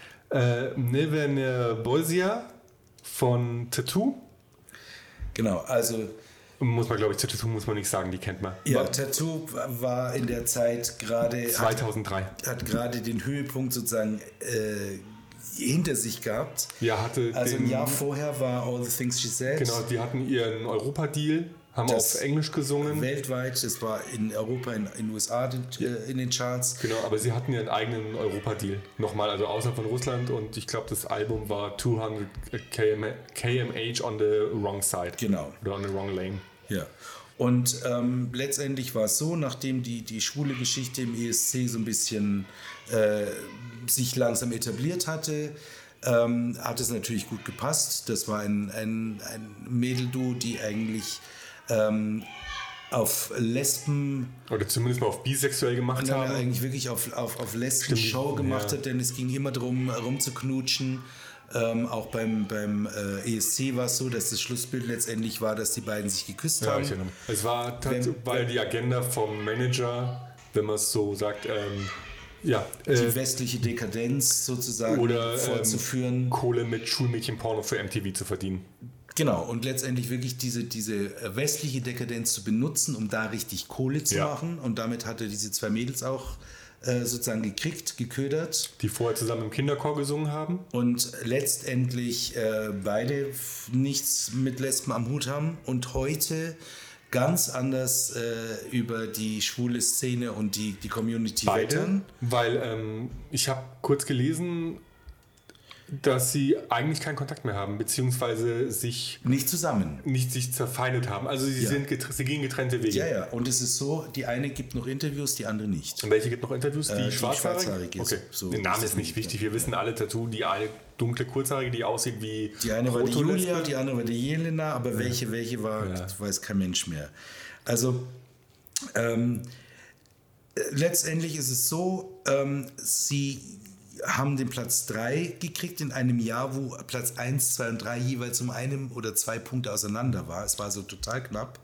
Nevene Boisia von Tattoo. Genau, also... Muss man, glaube ich, zu Tattoo muss man nicht sagen, die kennt man. Ja, Tattoo war in der Zeit gerade... 2003. Hat gerade den Höhepunkt sozusagen hinter sich gehabt. Ja, hatte also ein Jahr vorher war All the Things She Said. Genau, die hatten ihren Europa-Deal, haben auf Englisch gesungen. Weltweit, das war in Europa, in den USA in den Charts. Genau, aber sie hatten ihren eigenen Europa-Deal. Nochmal, also außer von Russland und ich glaube, das Album war 200 kmh on the wrong side. Genau. Oder on the wrong lane. Ja. Und letztendlich war es so, nachdem die schwule Geschichte im ESC so ein bisschen sich langsam etabliert hatte, hat es natürlich gut gepasst. Das war ein Mädelduo, die eigentlich auf Lesben... Oder zumindest mal auf bisexuell gemacht haben. Eigentlich wirklich auf Lesben-Show gemacht hat, denn es ging immer darum, rumzuknutschen. Auch beim ESC war es so, dass das Schlussbild letztendlich war, dass die beiden sich geküsst haben. Es war weil die Agenda vom Manager, wenn man es so sagt, die westliche Dekadenz sozusagen oder, fortzuführen. Kohle mit Schulmädchenporno für MTV zu verdienen. Genau, und letztendlich wirklich diese westliche Dekadenz zu benutzen, um da richtig Kohle zu machen. Und damit hat er diese zwei Mädels auch sozusagen geködert. Die vorher zusammen im Kinderchor gesungen haben. Und letztendlich beide nichts mit Lesben am Hut haben und heute ganz anders über die schwule Szene und die Community wettern. Weil ich habe kurz gelesen, dass sie eigentlich keinen Kontakt mehr haben, beziehungsweise sich nicht sich zerfeindet haben. Also sie gehen getrennte Wege. Ja. Und es ist so, die eine gibt noch Interviews, die andere nicht. Und welche gibt noch Interviews? Die Schwarzhaarige. Okay. So, der Name ist nicht wichtig. Wir wissen alle Tattoo. Die eine dunkle Kurzhaarige, die aussieht wie die eine war die Julia, die andere war die Jelena, aber welche war, weiß kein Mensch mehr. Also letztendlich ist es so, sie haben den Platz 3 gekriegt in einem Jahr, wo Platz 1, 2 und 3 jeweils um 1 oder 2 Punkte auseinander war. Es war so total knapp.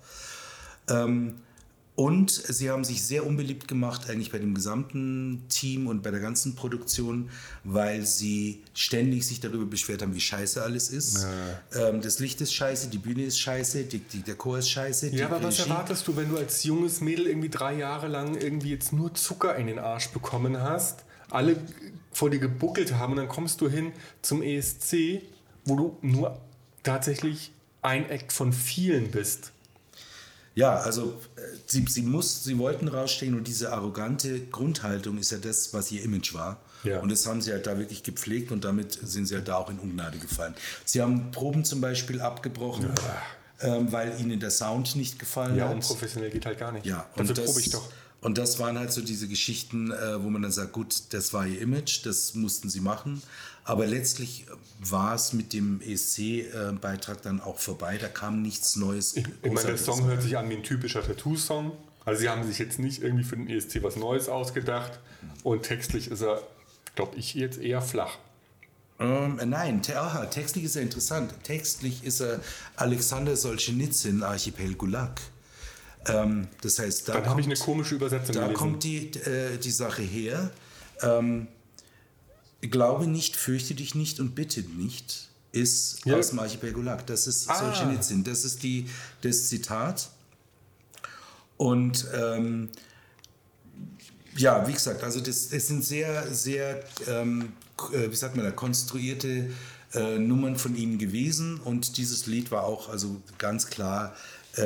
Und sie haben sich sehr unbeliebt gemacht eigentlich bei dem gesamten Team und bei der ganzen Produktion, weil sie ständig sich darüber beschwert haben, wie scheiße alles ist. Ja. Das Licht ist scheiße, die Bühne ist scheiße, der Chor ist scheiße. Ja, aber was erwartest du, wenn du als junges Mädel irgendwie 3 Jahre lang irgendwie jetzt nur Zucker in den Arsch bekommen hast, alle vor dir gebuckelt haben und dann kommst du hin zum ESC, wo du nur tatsächlich ein Act von vielen bist. Ja, also sie wollten rausstehen und diese arrogante Grundhaltung ist ja das, was ihr Image war. Ja. Und das haben sie halt da wirklich gepflegt und damit sind sie halt da auch in Ungnade gefallen. Sie haben Proben zum Beispiel abgebrochen, weil ihnen der Sound nicht gefallen hat. Ja, unprofessionell geht halt gar nicht. Ja, dafür probe ich doch. Und das waren halt so diese Geschichten, wo man dann sagt, gut, das war ihr Image, das mussten sie machen. Aber letztlich war es mit dem ESC-Beitrag dann auch vorbei. Da kam nichts Neues. Ich meine, der Song hört sich an wie ein typischer Tattoo-Song. Also sie haben sich jetzt nicht irgendwie für den ESC was Neues ausgedacht. Und textlich ist er, glaube ich, jetzt eher flach. Nein, textlich ist er interessant. Textlich ist er Alexander Solzhenitsyn, Archipel Gulag. Das heißt, dann habe ich eine komische Übersetzung gelesen. Da kommt die Sache her. Glaube nicht, fürchte dich nicht und bitte nicht, ist aus dem Archipel Gulag. Das ist Solzhenitsyn. Das ist das Zitat. Und wie gesagt, also das sind sehr, sehr, wie sagt man da, konstruierte Nummern von ihnen gewesen. Und dieses Lied war auch also ganz klar,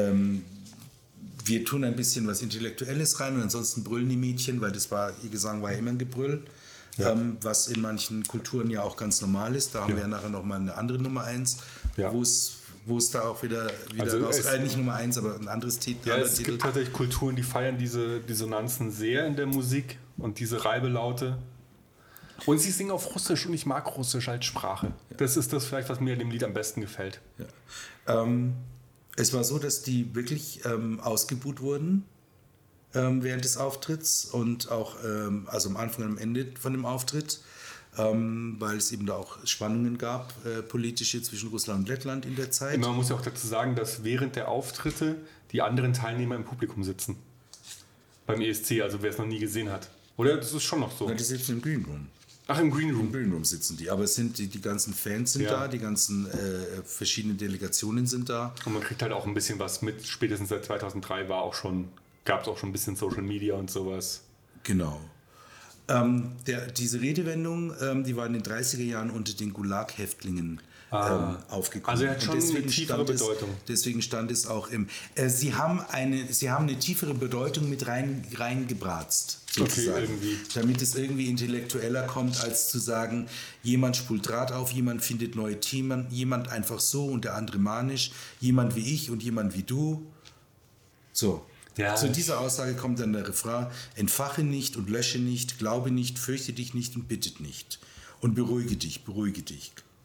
wir tun ein bisschen was Intellektuelles rein und ansonsten brüllen die Mädchen, weil ihr Gesang war ja immer ein Gebrüll, was in manchen Kulturen ja auch ganz normal ist. Da haben wir ja nachher nochmal eine andere Nummer 1, wo es da auch wieder also nicht Nummer 1, aber ein anderes Titel. Ja, es gibt tatsächlich Kulturen, die feiern diese Dissonanzen sehr in der Musik und diese Reibelaute. Und sie singen auf Russisch und ich mag Russisch als Sprache. Ja. Das ist das vielleicht, was mir an dem Lied am besten gefällt. Ja. Es war so, dass die wirklich ausgebuht wurden während des Auftritts und auch also am Anfang und am Ende von dem Auftritt, weil es eben da auch Spannungen gab, politische zwischen Russland und Lettland in der Zeit. Man muss ja auch dazu sagen, dass während der Auftritte die anderen Teilnehmer im Publikum sitzen. Beim ESC, also wer es noch nie gesehen hat. Oder das ist schon noch so? Ja, die sitzen im Green Room. Ach, im Green Room. Im Green Room sitzen die. Aber es sind die ganzen Fans sind da, die ganzen verschiedenen Delegationen sind da. Und man kriegt halt auch ein bisschen was mit. Spätestens seit 2003 gab es auch schon ein bisschen Social Media und sowas. Genau. Diese Redewendung, die war in den 30er Jahren unter den Gulag-Häftlingen aufgekommen. Also er hat schon eine tiefere Bedeutung. Deswegen stand es auch im... Sie haben eine tiefere Bedeutung mit reingebratzt, sozusagen. Okay, irgendwie. Damit es irgendwie intellektueller kommt, als zu sagen, jemand spult Draht auf, jemand findet neue Themen, jemand einfach so und der andere manisch, jemand wie ich und jemand wie du. So. Ja, zu dieser Aussage kommt dann der Refrain: Entfache nicht und lösche nicht, glaube nicht, fürchte dich nicht und bittet nicht. Und beruhige dich, beruhige dich.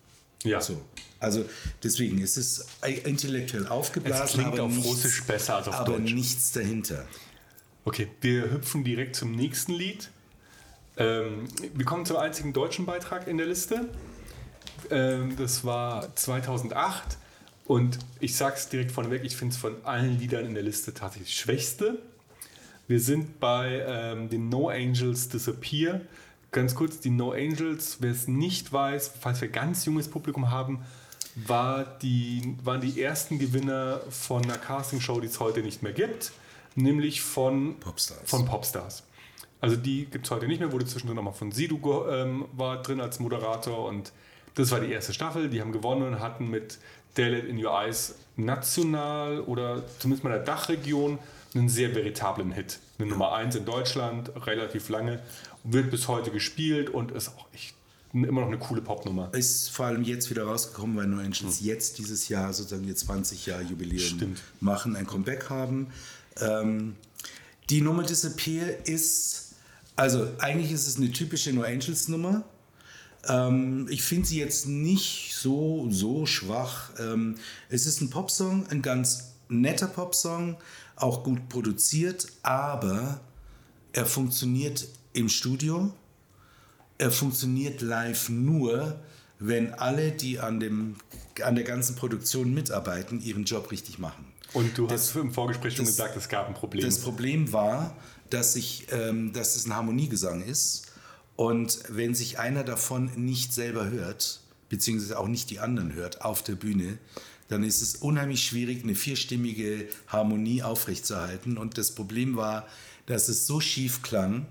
Ja. So. Also deswegen ist es intellektuell aufgeblasen, Es klingt aber, auf nichts, Russisch besser als auf aber Deutsch. nichts dahinter. Okay, wir hüpfen direkt zum nächsten Lied. Wir kommen zum einzigen deutschen Beitrag in der Liste. Das war 2008 und ich sag's direkt vorneweg, ich finde es von allen Liedern in der Liste tatsächlich das schwächste. Wir sind bei den No Angels Disappear. Ganz kurz, die No Angels, wer es nicht weiß, falls wir ganz junges Publikum haben, waren die ersten Gewinner von einer Castingshow, die es heute nicht mehr gibt, nämlich von Popstars. Also die gibt es heute nicht mehr, wurde zwischendrin nochmal von Sidu war drin als Moderator und das war die erste Staffel. Die haben gewonnen und hatten mit Daylight in Your Eyes national oder zumindest mal in der Dachregion einen sehr veritablen Hit. Eine Nummer 1 in Deutschland, relativ lange, wird bis heute gespielt und ist auch echt immer noch eine coole Popnummer. Ist vor allem jetzt wieder rausgekommen, weil No Angels jetzt dieses Jahr sozusagen ihr 20-Jahr-Jubiläum machen, ein Comeback haben. Die Nummer Disappear ist, also eigentlich ist es eine typische No Angels Nummer. Ich finde sie jetzt nicht so schwach. Es ist ein Popsong, ein ganz netter Popsong, auch gut produziert, aber er funktioniert im Studio. Er funktioniert live nur, wenn alle, die an der ganzen Produktion mitarbeiten, ihren Job richtig machen. Und du hast im Vorgespräch schon gesagt, es gab ein Problem. Das Problem war, dass es ein Harmoniegesang ist und wenn sich einer davon nicht selber hört, beziehungsweise auch nicht die anderen hört auf der Bühne, dann ist es unheimlich schwierig, eine vierstimmige Harmonie aufrechtzuerhalten. Und das Problem war, dass es so schief klang,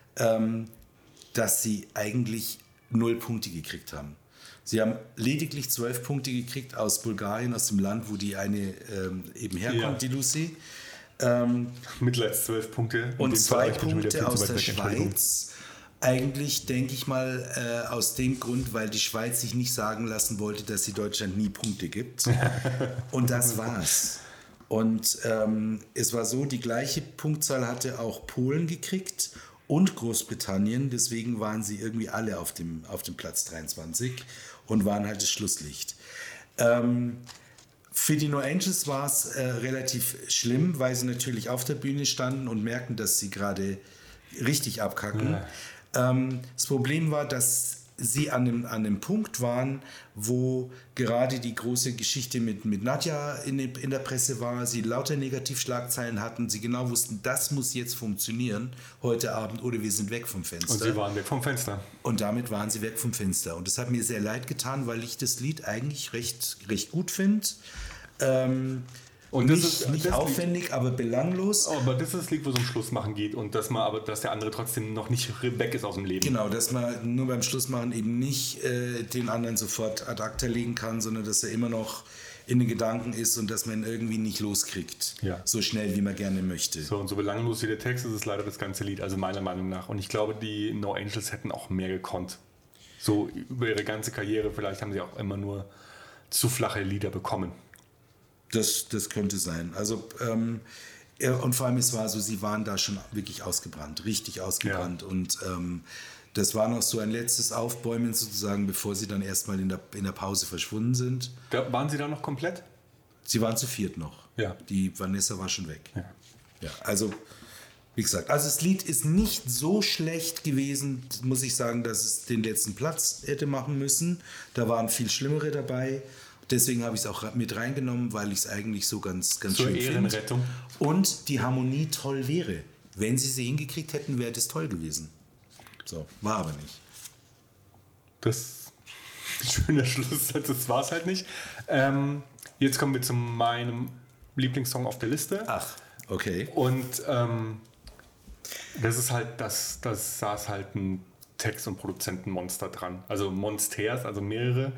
dass sie eigentlich 0 Punkte gekriegt haben. Sie haben lediglich 12 Punkte gekriegt aus Bulgarien, aus dem Land, wo die eine eben herkommt, die Lucy. Mittlerweile 12 Punkte. Und 2 Punkte aus der Schweiz. Eigentlich denke ich mal aus dem Grund, weil die Schweiz sich nicht sagen lassen wollte, dass sie Deutschland nie Punkte gibt. Und das war's. Und es war so, die gleiche Punktzahl hatte auch Polen gekriegt und Großbritannien. Deswegen waren sie irgendwie alle auf dem Platz 23 und waren halt das Schlusslicht. Für die No Angels war es relativ schlimm, weil sie natürlich auf der Bühne standen und merken, dass sie gerade richtig abkacken. Ja. Das Problem war, dass sie an dem Punkt waren, wo gerade die große Geschichte mit Nadja in der Presse war, sie lauter Negativschlagzeilen hatten, sie genau wussten, das muss jetzt funktionieren heute Abend oder wir sind weg vom Fenster. Und sie waren weg vom Fenster. Und damit waren sie weg vom Fenster. Und das hat mir sehr leid getan, weil ich das Lied eigentlich recht gut finde. Und nicht aufwendig, aber belanglos. Aber das ist das Lied, wo es um Schlussmachen geht und dass der andere trotzdem noch nicht weg ist aus dem Leben. Genau, dass man nur beim Schlussmachen eben nicht den anderen sofort ad acta legen kann, sondern dass er immer noch in den Gedanken ist und dass man ihn irgendwie nicht loskriegt. Ja. So schnell, wie man gerne möchte. So, und so belanglos wie der Text ist es leider das ganze Lied, also meiner Meinung nach. Und ich glaube, die No Angels hätten auch mehr gekonnt. So über ihre ganze Karriere, vielleicht haben sie auch immer nur zu flache Lieder bekommen. Das könnte sein. Also, und vor allem, es war so, sie waren da schon wirklich ausgebrannt, richtig ausgebrannt. Ja. Und das war noch so ein letztes Aufbäumen sozusagen, bevor sie dann erstmal in der Pause verschwunden sind. Waren sie da noch komplett? Sie waren zu viert noch. Ja. Die Vanessa war schon weg. Ja, also, wie gesagt, also das Lied ist nicht so schlecht gewesen, muss ich sagen, dass es den letzten Platz hätte machen müssen. Da waren viel Schlimmere dabei. Deswegen habe ich es auch mit reingenommen, weil ich es eigentlich so ganz schön finde. Ehrenrettung. Und die Harmonie toll wäre. Wenn sie hingekriegt hätten, wäre das toll gewesen. So, war aber nicht. Das ist ein schöner Schlusssatz, das war es halt nicht. Jetzt kommen wir zu meinem Lieblingssong auf der Liste. Ach, okay. Und das ist halt, da saß halt ein Text- und Produzentenmonster dran. Also Monsters, also mehrere.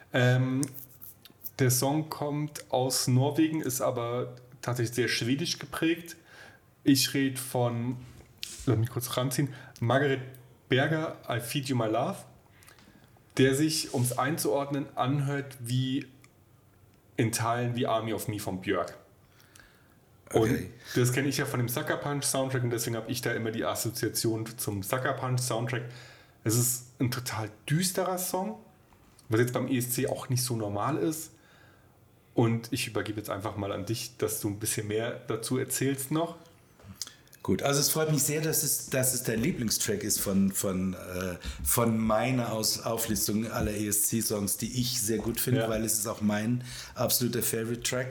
Der Song kommt aus Norwegen, ist aber tatsächlich sehr schwedisch geprägt. Ich rede von, lass mich kurz ranziehen, Margaret Berger, I Feed You My Love, der sich, um es einzuordnen, anhört wie in Teilen wie Army of Me von Björk. Und okay. Das kenne ich ja von dem Sucker Punch Soundtrack und deswegen habe ich da immer die Assoziation zum Sucker Punch Soundtrack. Es ist ein total düsterer Song. was jetzt beim ESC auch nicht so normal ist. Und ich übergebe jetzt einfach mal an dich, dass du ein bisschen mehr dazu erzählst noch. Gut, also es freut mich sehr, dass es dein Lieblingstrack ist von meiner Auflistung aller ESC-Songs, die ich sehr gut finde, weil es ist auch mein absoluter Favorite-Track.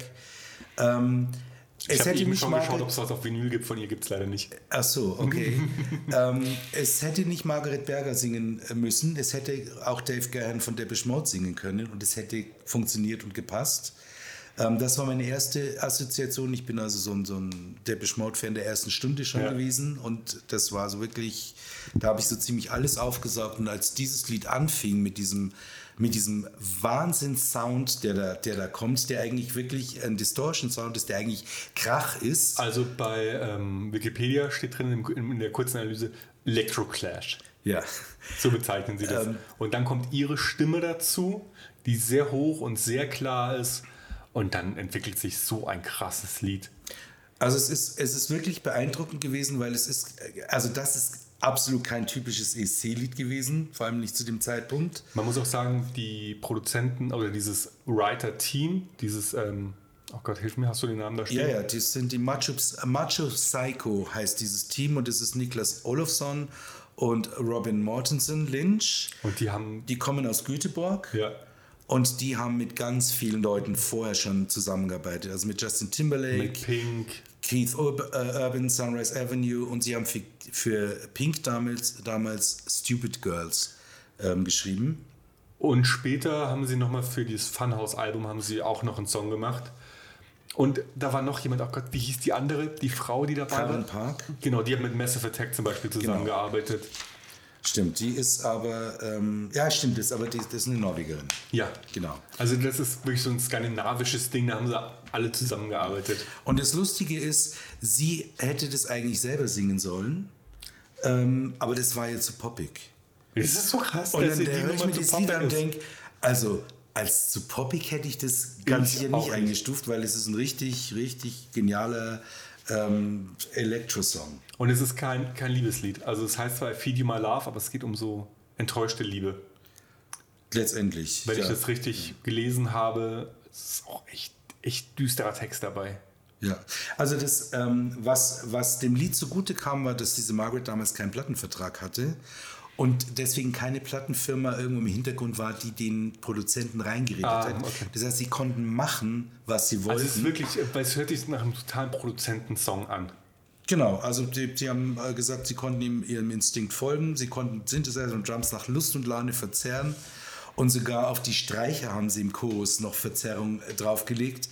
Ich habe eben schon geschaut, ob es was auf Vinyl gibt, von ihr gibt es leider nicht. Ach so, okay. Es hätte nicht Margaret Berger singen müssen, es hätte auch Dave Gahan von Depeche Mode singen können und es hätte funktioniert und gepasst. Das war meine erste Assoziation. Ich bin also so ein Depeche Mode-Fan der ersten Stunde schon gewesen und das war so wirklich, da habe ich so ziemlich alles aufgesaugt und als dieses Lied anfing mit diesem Wahnsinns-Sound, der da kommt, der eigentlich wirklich ein Distortion-Sound ist, der eigentlich Krach ist. Also bei Wikipedia steht drin in der kurzen Analyse Electroclash. Ja. So bezeichnen sie das. Und dann kommt ihre Stimme dazu, die sehr hoch und sehr klar ist. Und dann entwickelt sich so ein krasses Lied. Also es ist wirklich beeindruckend gewesen, weil das ist absolut kein typisches ESC-Lied gewesen, vor allem nicht zu dem Zeitpunkt. Man muss auch sagen, die Produzenten oder dieses Writer-Team, dieses, oh Gott, hilf mir, hast du den Namen da stehen? Ja, das sind die Macho Psycho heißt dieses Team und das ist Niklas Olofsson und Robin Mortensen Lynch. Und die kommen aus Göteborg. Ja. Und die haben mit ganz vielen Leuten vorher schon zusammengearbeitet. Also mit Justin Timberlake, mit Pink, Keith Urban, Sunrise Avenue und sie haben für Pink damals Stupid Girls geschrieben. Und später haben sie nochmal für dieses Funhouse-Album haben sie auch noch einen Song gemacht. Und da war noch jemand, oh Gott, wie hieß die andere, die Frau, die dabei war? Karen Park. Genau, die hat mit Massive Attack zum Beispiel zusammengearbeitet. Stimmt, die ist aber, das ist eine Norwegerin. Ja, genau. Also das ist wirklich so ein skandinavisches Ding, da haben sie alle zusammengearbeitet. Und das Lustige ist, sie hätte das eigentlich selber singen sollen, aber das war jetzt zu poppig. Das ist so krass, und dann höre ich mir das Lied an und denke, also als zu poppig hätte ich das ganz sicher nicht eingestuft, weil es ist ein richtig, richtig genialer Elektro-Song. Und es ist kein Liebeslied. Also es heißt zwar I Feed You My Love, aber es geht um so enttäuschte Liebe. Letztendlich. Wenn ich das richtig gelesen habe, ist auch echt düsterer Text dabei. Ja, also das, was dem Lied zugute kam, war, dass diese Margaret damals keinen Plattenvertrag hatte und deswegen keine Plattenfirma irgendwo im Hintergrund war, die den Produzenten reingeredet hat. Okay. Das heißt, sie konnten machen, was sie wollten. Also es ist wirklich, es hört sich nach einem totalen Produzentensong an. Genau, also die haben gesagt, sie konnten ihrem Instinkt folgen, sie konnten Synthesizer und Drums nach Lust und Laune verzerren und sogar auf die Streicher haben sie im Chorus noch Verzerrung draufgelegt.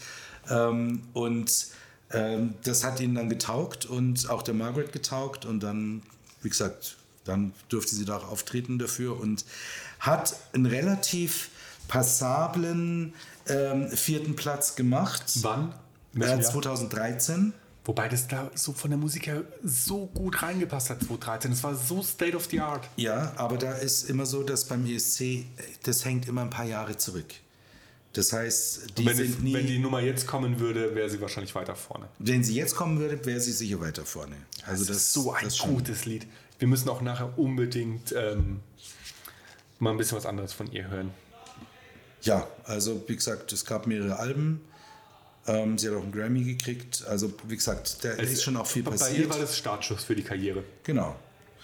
Das hat ihnen dann getaugt und auch der Margaret getaugt und dann, wie gesagt, dann durfte sie da auch auftreten dafür und hat einen relativ passablen 4. Platz gemacht. Wann? 2013. Wobei das da so von der Musik her so gut reingepasst hat, 2013. Das war so State of the Art. Ja, aber da ist immer so, dass beim ESC, das hängt immer ein paar Jahre zurück. Das heißt, wenn die Nummer jetzt kommen würde, wäre sie wahrscheinlich weiter vorne. Wenn sie jetzt kommen würde, wäre sie sicher weiter vorne. Also das ist so ein gutes Lied. Wir müssen auch nachher unbedingt mal ein bisschen was anderes von ihr hören. Ja, also wie gesagt, es gab mehrere Alben. Sie hat auch einen Grammy gekriegt. Also wie gesagt, da ist schon auch viel passiert. Bei ihr war das Startschuss für die Karriere. Genau.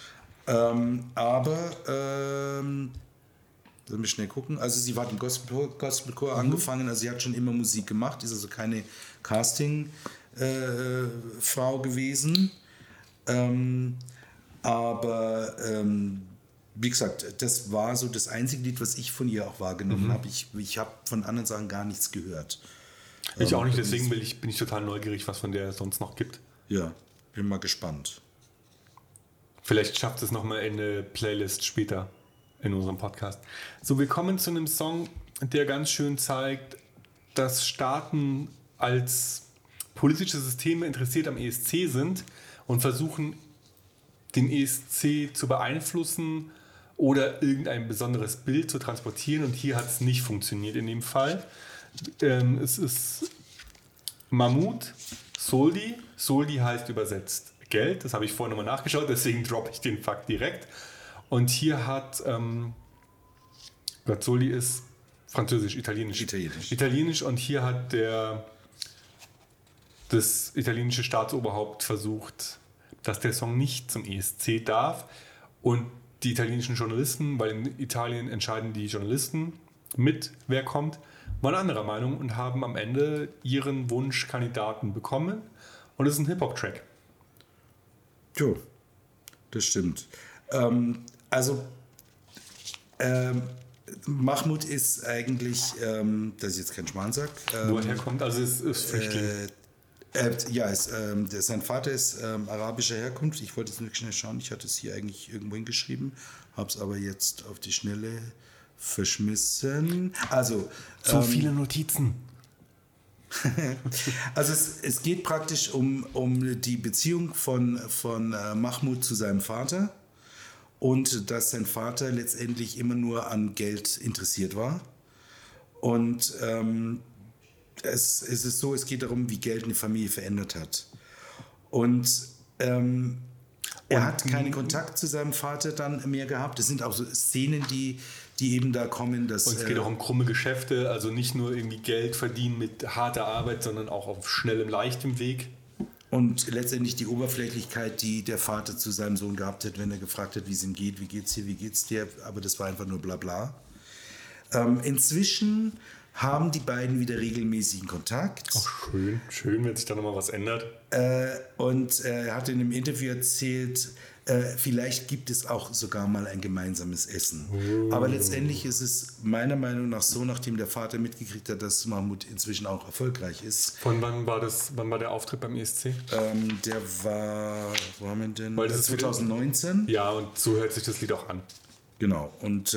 Sollen wir schnell gucken. Also sie hat im Gospelchor angefangen, also sie hat schon immer Musik gemacht, ist also keine Casting-Frau gewesen. Wie gesagt, das war so das einzige Lied, was ich von ihr auch wahrgenommen habe. Ich habe von anderen Sachen gar nichts gehört. Ich auch nicht, deswegen bin ich total neugierig, was von der sonst noch gibt. Ja, bin mal gespannt. Vielleicht schafft es nochmal in eine Playlist später in unserem Podcast. So, wir kommen zu einem Song, der ganz schön zeigt, dass Staaten als politische Systeme interessiert am ESC sind und versuchen, den ESC zu beeinflussen oder irgendein besonderes Bild zu transportieren. Und hier hat es nicht funktioniert in dem Fall. Es ist Mahmoud Soldi. Soldi heißt übersetzt Geld. Das habe ich vorhin nochmal nachgeschaut, deswegen droppe ich den Fakt direkt. Und hier hat Soldi ist Französisch, Italienisch. Italienisch, und hier hat das italienische Staatsoberhaupt versucht, dass der Song nicht zum ESC darf, und die italienischen Journalisten, weil in Italien entscheiden die Journalisten mit, wer kommt, waren anderer Meinung und haben am Ende ihren Wunschkandidaten bekommen, und es ist ein Hip-Hop-Track. Jo, das stimmt. Mahmoud ist eigentlich, dass ich jetzt keinen Schmarrn sage. Wo er herkommt, also es ist Flüchtling. Sein Vater ist arabischer Herkunft. Ich wollte jetzt nur schnell schauen. Ich hatte es hier eigentlich irgendwo hingeschrieben, habe es aber jetzt auf die Schnelle verschmissen. Also so viele Notizen. Also es geht praktisch um die Beziehung von Mahmoud zu seinem Vater, und dass sein Vater letztendlich immer nur an Geld interessiert war. Und es ist so, es geht darum, wie Geld eine Familie verändert hat. Und er hat keinen Kontakt zu seinem Vater dann mehr gehabt. Es sind auch so Szenen, die eben da kommen. Und es geht auch um krumme Geschäfte, also nicht nur irgendwie Geld verdienen mit harter Arbeit, sondern auch auf schnellem, leichtem Weg. Und letztendlich die Oberflächlichkeit, die der Vater zu seinem Sohn gehabt hat, wenn er gefragt hat, wie es ihm geht, wie geht's dir, wie geht's dir, aber das war einfach nur Blabla. Inzwischen haben die beiden wieder regelmäßigen Kontakt. Ach, schön, wenn sich da nochmal was ändert. Und er hat in einem Interview erzählt, vielleicht gibt es auch sogar mal ein gemeinsames Essen. Oh. Aber letztendlich ist es meiner Meinung nach so, nachdem der Vater mitgekriegt hat, dass Mahmoud inzwischen auch erfolgreich ist. Von wann war der Auftritt beim ESC? Der war, wo haben wir denn? Weil das ist 2019. Ja, und so hört sich das Lied auch an. Genau, und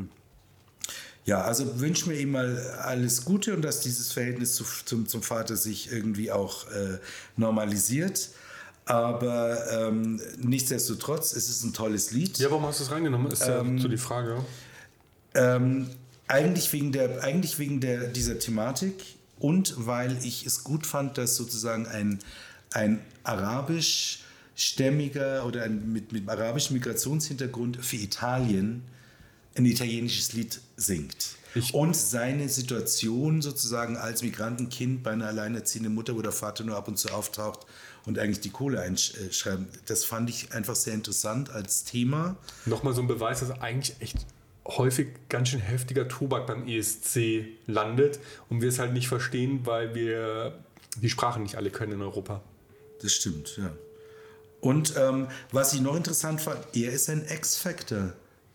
ja, also wünschen wir ihm mal alles Gute und dass dieses Verhältnis zum Vater sich irgendwie auch normalisiert. Aber nichtsdestotrotz, es ist ein tolles Lied. Ja, warum hast du es reingenommen? Ist ja so die Frage. Eigentlich wegen dieser Thematik und weil ich es gut fand, dass sozusagen ein arabischstämmiger oder mit arabischem Migrationshintergrund für Italien ein italienisches Lied singt. Und seine Situation sozusagen als Migrantenkind bei einer alleinerziehenden Mutter, wo der Vater nur ab und zu auftaucht und eigentlich die Kohle einschreiben, das fand ich einfach sehr interessant als Thema. Nochmal so ein Beweis, dass eigentlich echt häufig ganz schön heftiger Tobak beim ESC landet und wir es halt nicht verstehen, weil wir die Sprachen nicht alle können in Europa. Das stimmt, ja. Und was ich noch interessant fand, er ist ein X-Factor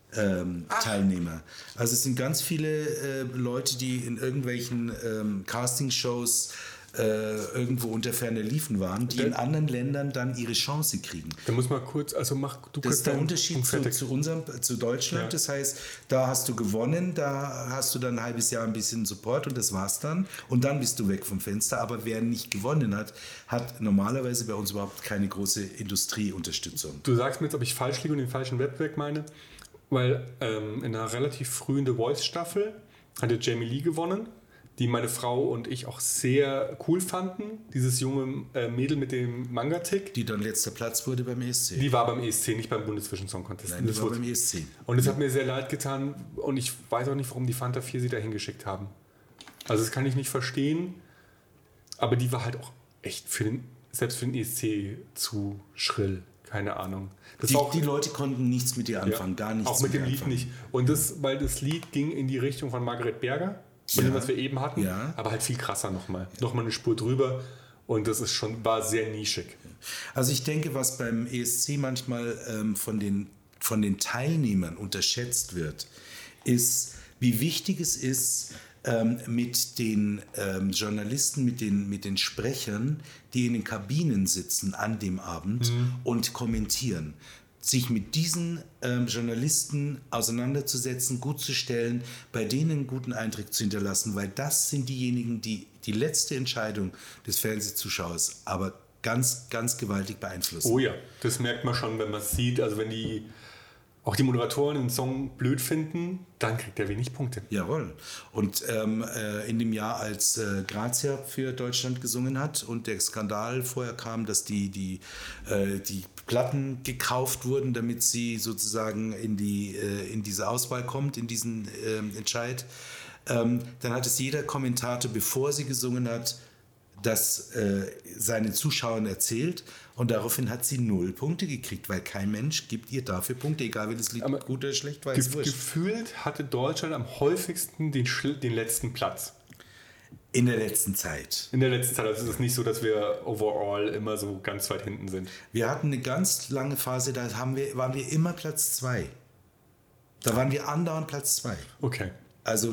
Teilnehmer. Also es sind ganz viele Leute, die in irgendwelchen Castingshows irgendwo unter ferner Liefen waren, die in anderen Ländern dann ihre Chance kriegen. Da muss man kurz, also das ist der Unterschied zu Deutschland. Ja. Das heißt, da hast du gewonnen, da hast du dann ein halbes Jahr ein bisschen Support und das war's dann. Und dann bist du weg vom Fenster. Aber wer nicht gewonnen hat, hat normalerweise bei uns überhaupt keine große Industrieunterstützung. Du sagst mir jetzt, ob ich falsch liege und den falschen Wettbewerb meine, weil in einer relativ frühen The Voice-Staffel hatte Jamie Lee gewonnen, die meine Frau und ich auch sehr cool fanden. Dieses junge Mädel mit dem Manga-Tick. Die dann letzter Platz wurde beim ESC. Die war beim ESC, nicht beim Bundesvision-Song-Contest. Nein, die war beim ESC. Und es hat mir sehr leid getan und ich weiß auch nicht, warum die Fanta 4 sie da hingeschickt haben. Also das kann ich nicht verstehen, aber die war halt auch echt selbst für den ESC zu schrill. Keine Ahnung. Die Leute konnten nichts mit ihr anfangen, gar nichts. Auch mit dem Lied nicht. Und weil das Lied ging in die Richtung von Margaret Berger, von dem, was wir eben hatten, aber halt viel krasser nochmal. Nochmal eine Spur drüber und das war sehr nischig. Also ich denke, was beim ESC manchmal von den Teilnehmern unterschätzt wird, ist, wie wichtig es ist, mit den Journalisten, mit den Sprechern, die in den Kabinen sitzen an dem Abend und kommentieren. Sich mit diesen Journalisten auseinanderzusetzen, gut zu stellen, bei denen einen guten Eindruck zu hinterlassen, weil das sind diejenigen, die die letzte Entscheidung des Fernsehzuschauers aber ganz, ganz gewaltig beeinflussen. Oh ja, das merkt man schon, wenn man es sieht. Also wenn auch die Moderatoren den Song blöd finden, dann kriegt er wenig Punkte. Jawohl. Und in dem Jahr, als Grazia für Deutschland gesungen hat und der Skandal vorher kam, dass die Platten gekauft wurden, damit sie sozusagen in diese Auswahl kommt, in diesen Entscheid, dann hat es jeder Kommentator, bevor sie gesungen hat, das seinen Zuschauern erzählt und daraufhin hat sie 0 Punkte gekriegt, weil kein Mensch gibt ihr dafür Punkte, egal wie das Lied gut oder schlecht war. Gefühlt hatte Deutschland am häufigsten den letzten Platz. In der letzten Zeit. In der letzten Zeit, also es ist nicht so, dass wir overall immer so ganz weit hinten sind. Wir hatten eine ganz lange Phase, da waren wir immer Platz 2. Da waren wir andauernd Platz 2. Okay. Also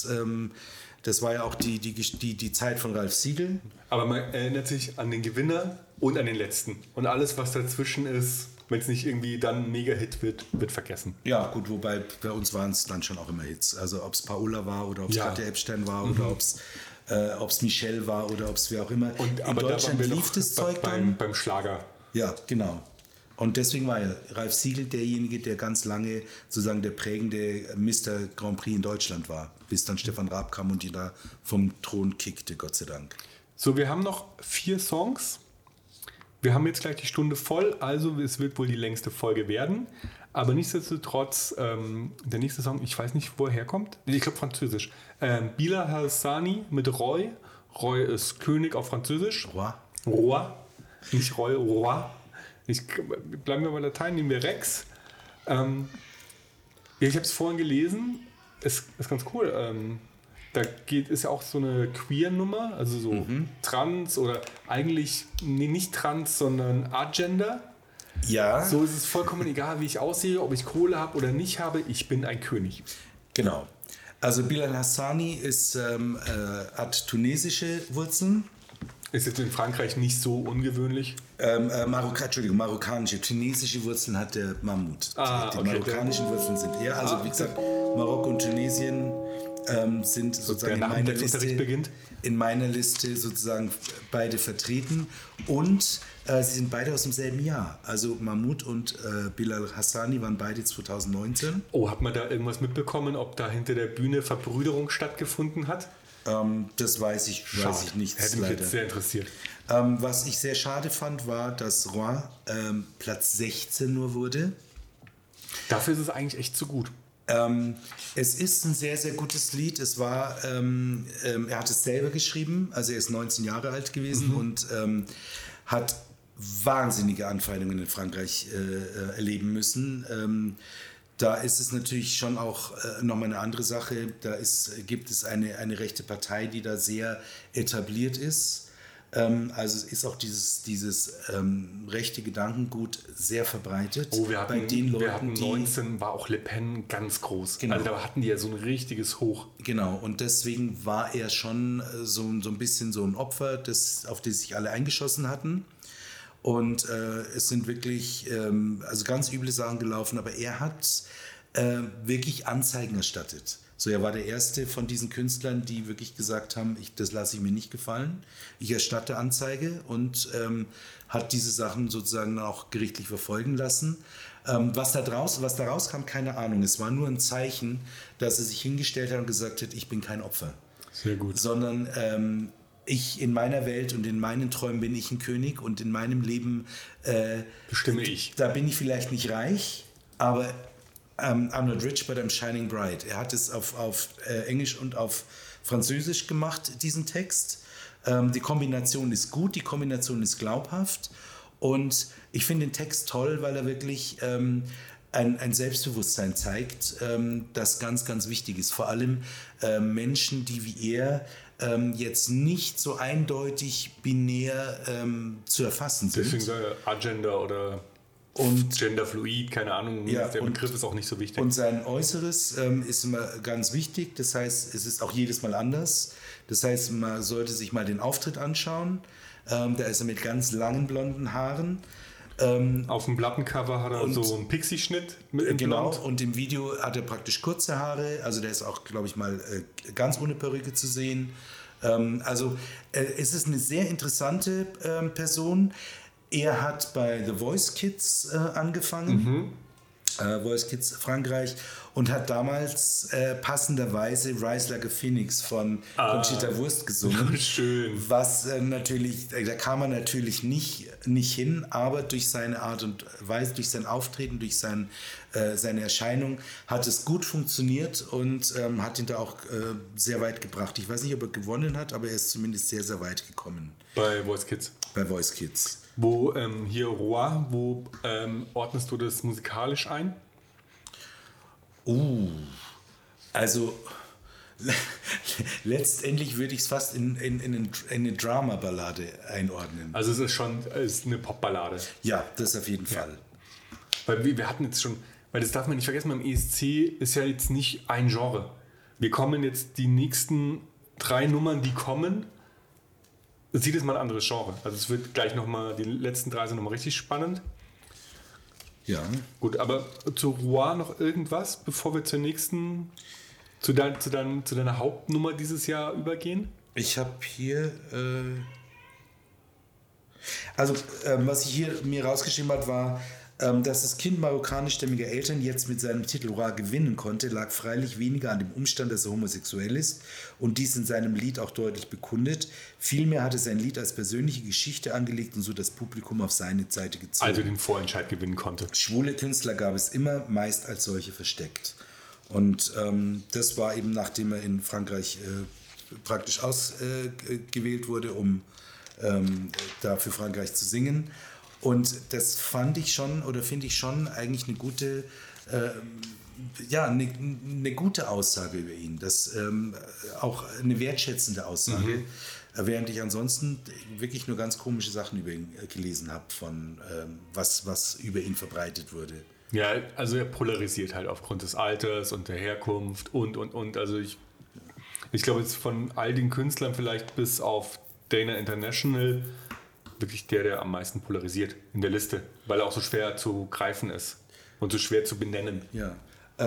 das war ja auch die Zeit von Ralf Siegel. Aber man erinnert sich an den Gewinner und an den letzten. Und alles, was dazwischen ist, wenn es nicht irgendwie dann ein Mega-Hit wird vergessen. Ja, gut, wobei bei uns waren es dann schon auch immer Hits. Also ob es Paola war oder ob es Katja Epstein war oder ob es Michelle war oder ob es wer auch immer. Aber in Deutschland lief das Zeug dann. Beim Schlager. Ja, genau. Und deswegen war ja Ralf Siegel derjenige, der ganz lange sozusagen der prägende Mr. Grand Prix in Deutschland war, bis dann Stefan Raab kam und ihn da vom Thron kickte, Gott sei Dank. So, wir haben noch 4 Songs. Wir haben jetzt gleich die Stunde voll, also es wird wohl die längste Folge werden. Aber nichtsdestotrotz, der nächste Song, ich weiß nicht, wo er herkommt. Ich glaube französisch. Bilal Hassani mit Roy. Roy ist König auf Französisch. Roi. Roi. Nicht Roy, Roi. Bleiben wir bei Latein, nehmen wir Rex. Ich habe es vorhin gelesen, ist ganz cool. Da ist ja auch so eine Queer-Nummer, also so Trans oder eigentlich nicht Trans, sondern Agender. Ja. So ist es vollkommen egal, wie ich aussehe, ob ich Kohle habe oder nicht habe, ich bin ein König. Genau. Also Bilal Hassani hat tunesische Wurzeln. Ist jetzt in Frankreich nicht so ungewöhnlich. Marokkanische. Tunesische Wurzeln hat der Mammut. Die marokkanischen Wurzeln sind eher, also wie gesagt, Marokko und Tunesien sind sozusagen in meiner Liste sozusagen beide vertreten und sie sind beide aus demselben Jahr. Also Mammut und Bilal Hassani waren beide 2019. Oh, hat man da irgendwas mitbekommen, ob da hinter der Bühne Verbrüderung stattgefunden hat? Das weiß ich nicht. Hätte mich jetzt sehr interessiert. Was ich sehr schade fand, war, dass Roi Platz 16 nur wurde. Dafür ist es eigentlich echt zu gut. Es ist ein sehr, sehr gutes Lied. Es war, er hat es selber geschrieben, also er ist 19 Jahre alt gewesen und hat wahnsinnige Anfeindungen in Frankreich erleben müssen. Da ist es natürlich schon auch nochmal eine andere Sache. Gibt es eine rechte Partei, die da sehr etabliert ist. Also es ist auch dieses rechte Gedankengut sehr verbreitet. Oh, wir hatten 19, war auch Le Pen ganz groß. Genau. Also da hatten die ja so ein richtiges Hoch. Genau, und deswegen war er schon so ein bisschen so ein Opfer, auf das sich alle eingeschossen hatten. Und es sind wirklich also ganz üble Sachen gelaufen, aber er hat wirklich Anzeigen erstattet. So, er war der erste von diesen Künstlern, die wirklich gesagt haben, das lasse ich mir nicht gefallen. Ich erstatte Anzeige und hat diese Sachen sozusagen auch gerichtlich verfolgen lassen. Was da rauskam, keine Ahnung. Es war nur ein Zeichen, dass er sich hingestellt hat und gesagt hat, ich bin kein Opfer. Sehr gut. Sondern in meiner Welt und in meinen Träumen bin ich ein König und in meinem Leben bestimme ich. Da bin ich vielleicht nicht reich, aber I'm not rich, but I'm shining bright. Er hat es auf Englisch und auf Französisch gemacht, diesen Text. Die Kombination ist gut, die Kombination ist glaubhaft und ich finde den Text toll, weil er wirklich ein Selbstbewusstsein zeigt, das ganz, ganz wichtig ist. Vor allem Menschen, die wie er jetzt nicht so eindeutig binär zu erfassen sind. Deswegen Agenda oder Genderfluid, keine Ahnung, ja, der Begriff ist auch nicht so wichtig. Und sein Äußeres ist immer ganz wichtig, das heißt, es ist auch jedes Mal anders. Das heißt, man sollte sich mal den Auftritt anschauen. Da ist er mit ganz langen blonden Haaren. Auf dem Plattencover hat er so einen Pixie-Schnitt mit genau, und im Video hat er praktisch kurze Haare, also der ist auch, glaube ich mal, ganz ohne Perücke zu sehen. Es ist eine sehr interessante Person. Er hat bei The Voice Kids angefangen. Voice Kids Frankreich, und hat damals passenderweise Rise Like a Phoenix von Conchita Wurst gesungen. Schön. Was natürlich, da kam er natürlich nicht hin, aber durch seine Art und Weise, durch sein Auftreten, durch seine Erscheinung hat es gut funktioniert und hat ihn da auch sehr weit gebracht. Ich weiß nicht, ob er gewonnen hat, aber er ist zumindest sehr, sehr weit gekommen. Bei Voice Kids? Bei Voice Kids. Wo hier Roi, wo ordnest du das musikalisch ein? Also letztendlich würde ich es fast in eine Drama-Ballade einordnen. Also es ist eine Popballade. Ja, das auf jeden Fall. Weil wir hatten jetzt schon, weil das darf man nicht vergessen, beim ESC ist ja jetzt nicht ein Genre. Wir kommen jetzt die nächsten 3 Nummern, die kommen, sieht es mal ein anderes Genre. Also es wird gleich nochmal, die letzten 3 sind nochmal richtig spannend. Ja. Gut, aber zu Roi noch irgendwas, bevor wir zur nächsten, zu deiner Hauptnummer dieses Jahr übergehen? Ich habe hier, was ich hier mir rausgeschrieben habe, war, dass das Kind marokkanischstämmiger Eltern jetzt mit seinem Titel Roi gewinnen konnte, lag freilich weniger an dem Umstand, dass er homosexuell ist und dies in seinem Lied auch deutlich bekundet. Vielmehr hat er sein Lied als persönliche Geschichte angelegt und so das Publikum auf seine Seite gezogen. Also den Vorentscheid gewinnen konnte. Schwule Künstler gab es immer, meist als solche versteckt. Und das war eben, nachdem er in Frankreich praktisch ausgewählt wurde, um da für Frankreich zu singen. Und das finde ich schon eigentlich eine gute, eine gute Aussage über ihn. Das auch eine wertschätzende Aussage, während ich ansonsten wirklich nur ganz komische Sachen über ihn gelesen habe, von was über ihn verbreitet wurde. Ja, also er polarisiert halt aufgrund des Alters und der Herkunft und. Also ich glaube jetzt von all den Künstlern vielleicht bis auf Dana International wirklich der am meisten polarisiert in der Liste, weil er auch so schwer zu greifen ist und so schwer zu benennen. Ja.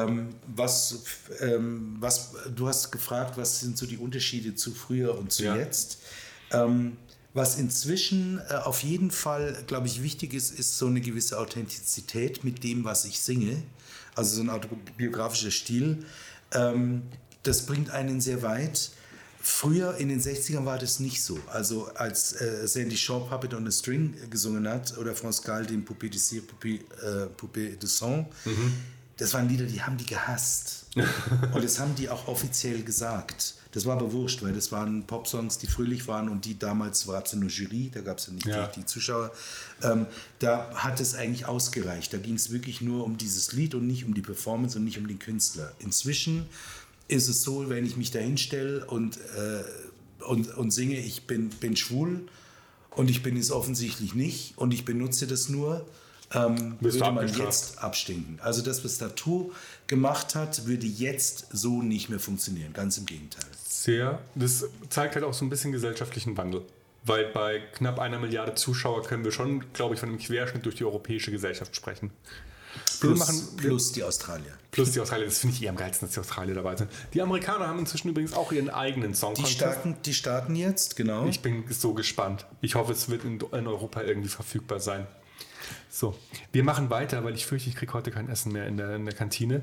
Du hast gefragt, was sind so die Unterschiede zu früher und zu jetzt? Was inzwischen auf jeden Fall, glaube ich, wichtig ist so eine gewisse Authentizität mit dem, was ich singe. Also so ein autobiografischer Stil. Das bringt einen sehr weit. Früher in den 60ern war das nicht so. Also als Sandy Shaw Puppet on a String gesungen hat oder France Gall den Poupée de Cire, Poupée de Sang, das waren Lieder, die haben die gehasst. Und das haben die auch offiziell gesagt. Das war aber wurscht, weil das waren Popsongs, die fröhlich waren und die damals gab es ja nur Jury, da gab es ja nicht die Zuschauer. Da hat es eigentlich ausgereicht. Da ging es wirklich nur um dieses Lied und nicht um die Performance und nicht um den Künstler. Inzwischen ist es so, wenn ich mich da hinstelle und singe, ich bin schwul und ich bin es offensichtlich nicht und ich benutze das nur, würde man jetzt abstinken. Also das, was Tattoo gemacht hat, würde jetzt so nicht mehr funktionieren. Ganz im Gegenteil. Das zeigt halt auch so ein bisschen gesellschaftlichen Wandel. Weil bei knapp 1 Milliarde Zuschauer können wir schon, glaube ich, von einem Querschnitt durch die europäische Gesellschaft sprechen. Plus die Australier. Plus die Australier, das finde ich eher am geilsten, dass die Australier dabei sind. Die Amerikaner haben inzwischen übrigens auch ihren eigenen Song. Die starten jetzt, genau. Ich bin so gespannt. Ich hoffe, es wird in Europa irgendwie verfügbar sein. So, wir machen weiter, weil ich fürchte, ich kriege heute kein Essen mehr in der Kantine.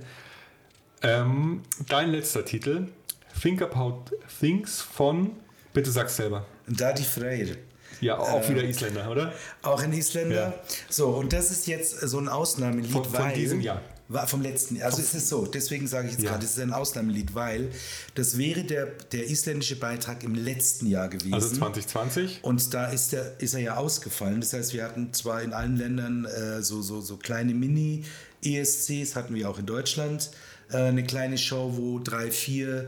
Dein letzter Titel, Think About Things von, bitte sag's selber. Dadi Freyr. Ja, auch wieder Isländer, oder? Auch ein Isländer. Ja. So, und das ist jetzt so ein Ausnahmelied, von diesem Jahr. Vom letzten Jahr. Also es ist so, deswegen sage ich jetzt gerade, es ist ein Ausnahmelied, weil das wäre der isländische Beitrag im letzten Jahr gewesen. Also 2020. Und da ist er ja ausgefallen. Das heißt, wir hatten zwar in allen Ländern so kleine Mini-ESCs, hatten wir auch in Deutschland, eine kleine Show, wo 3-4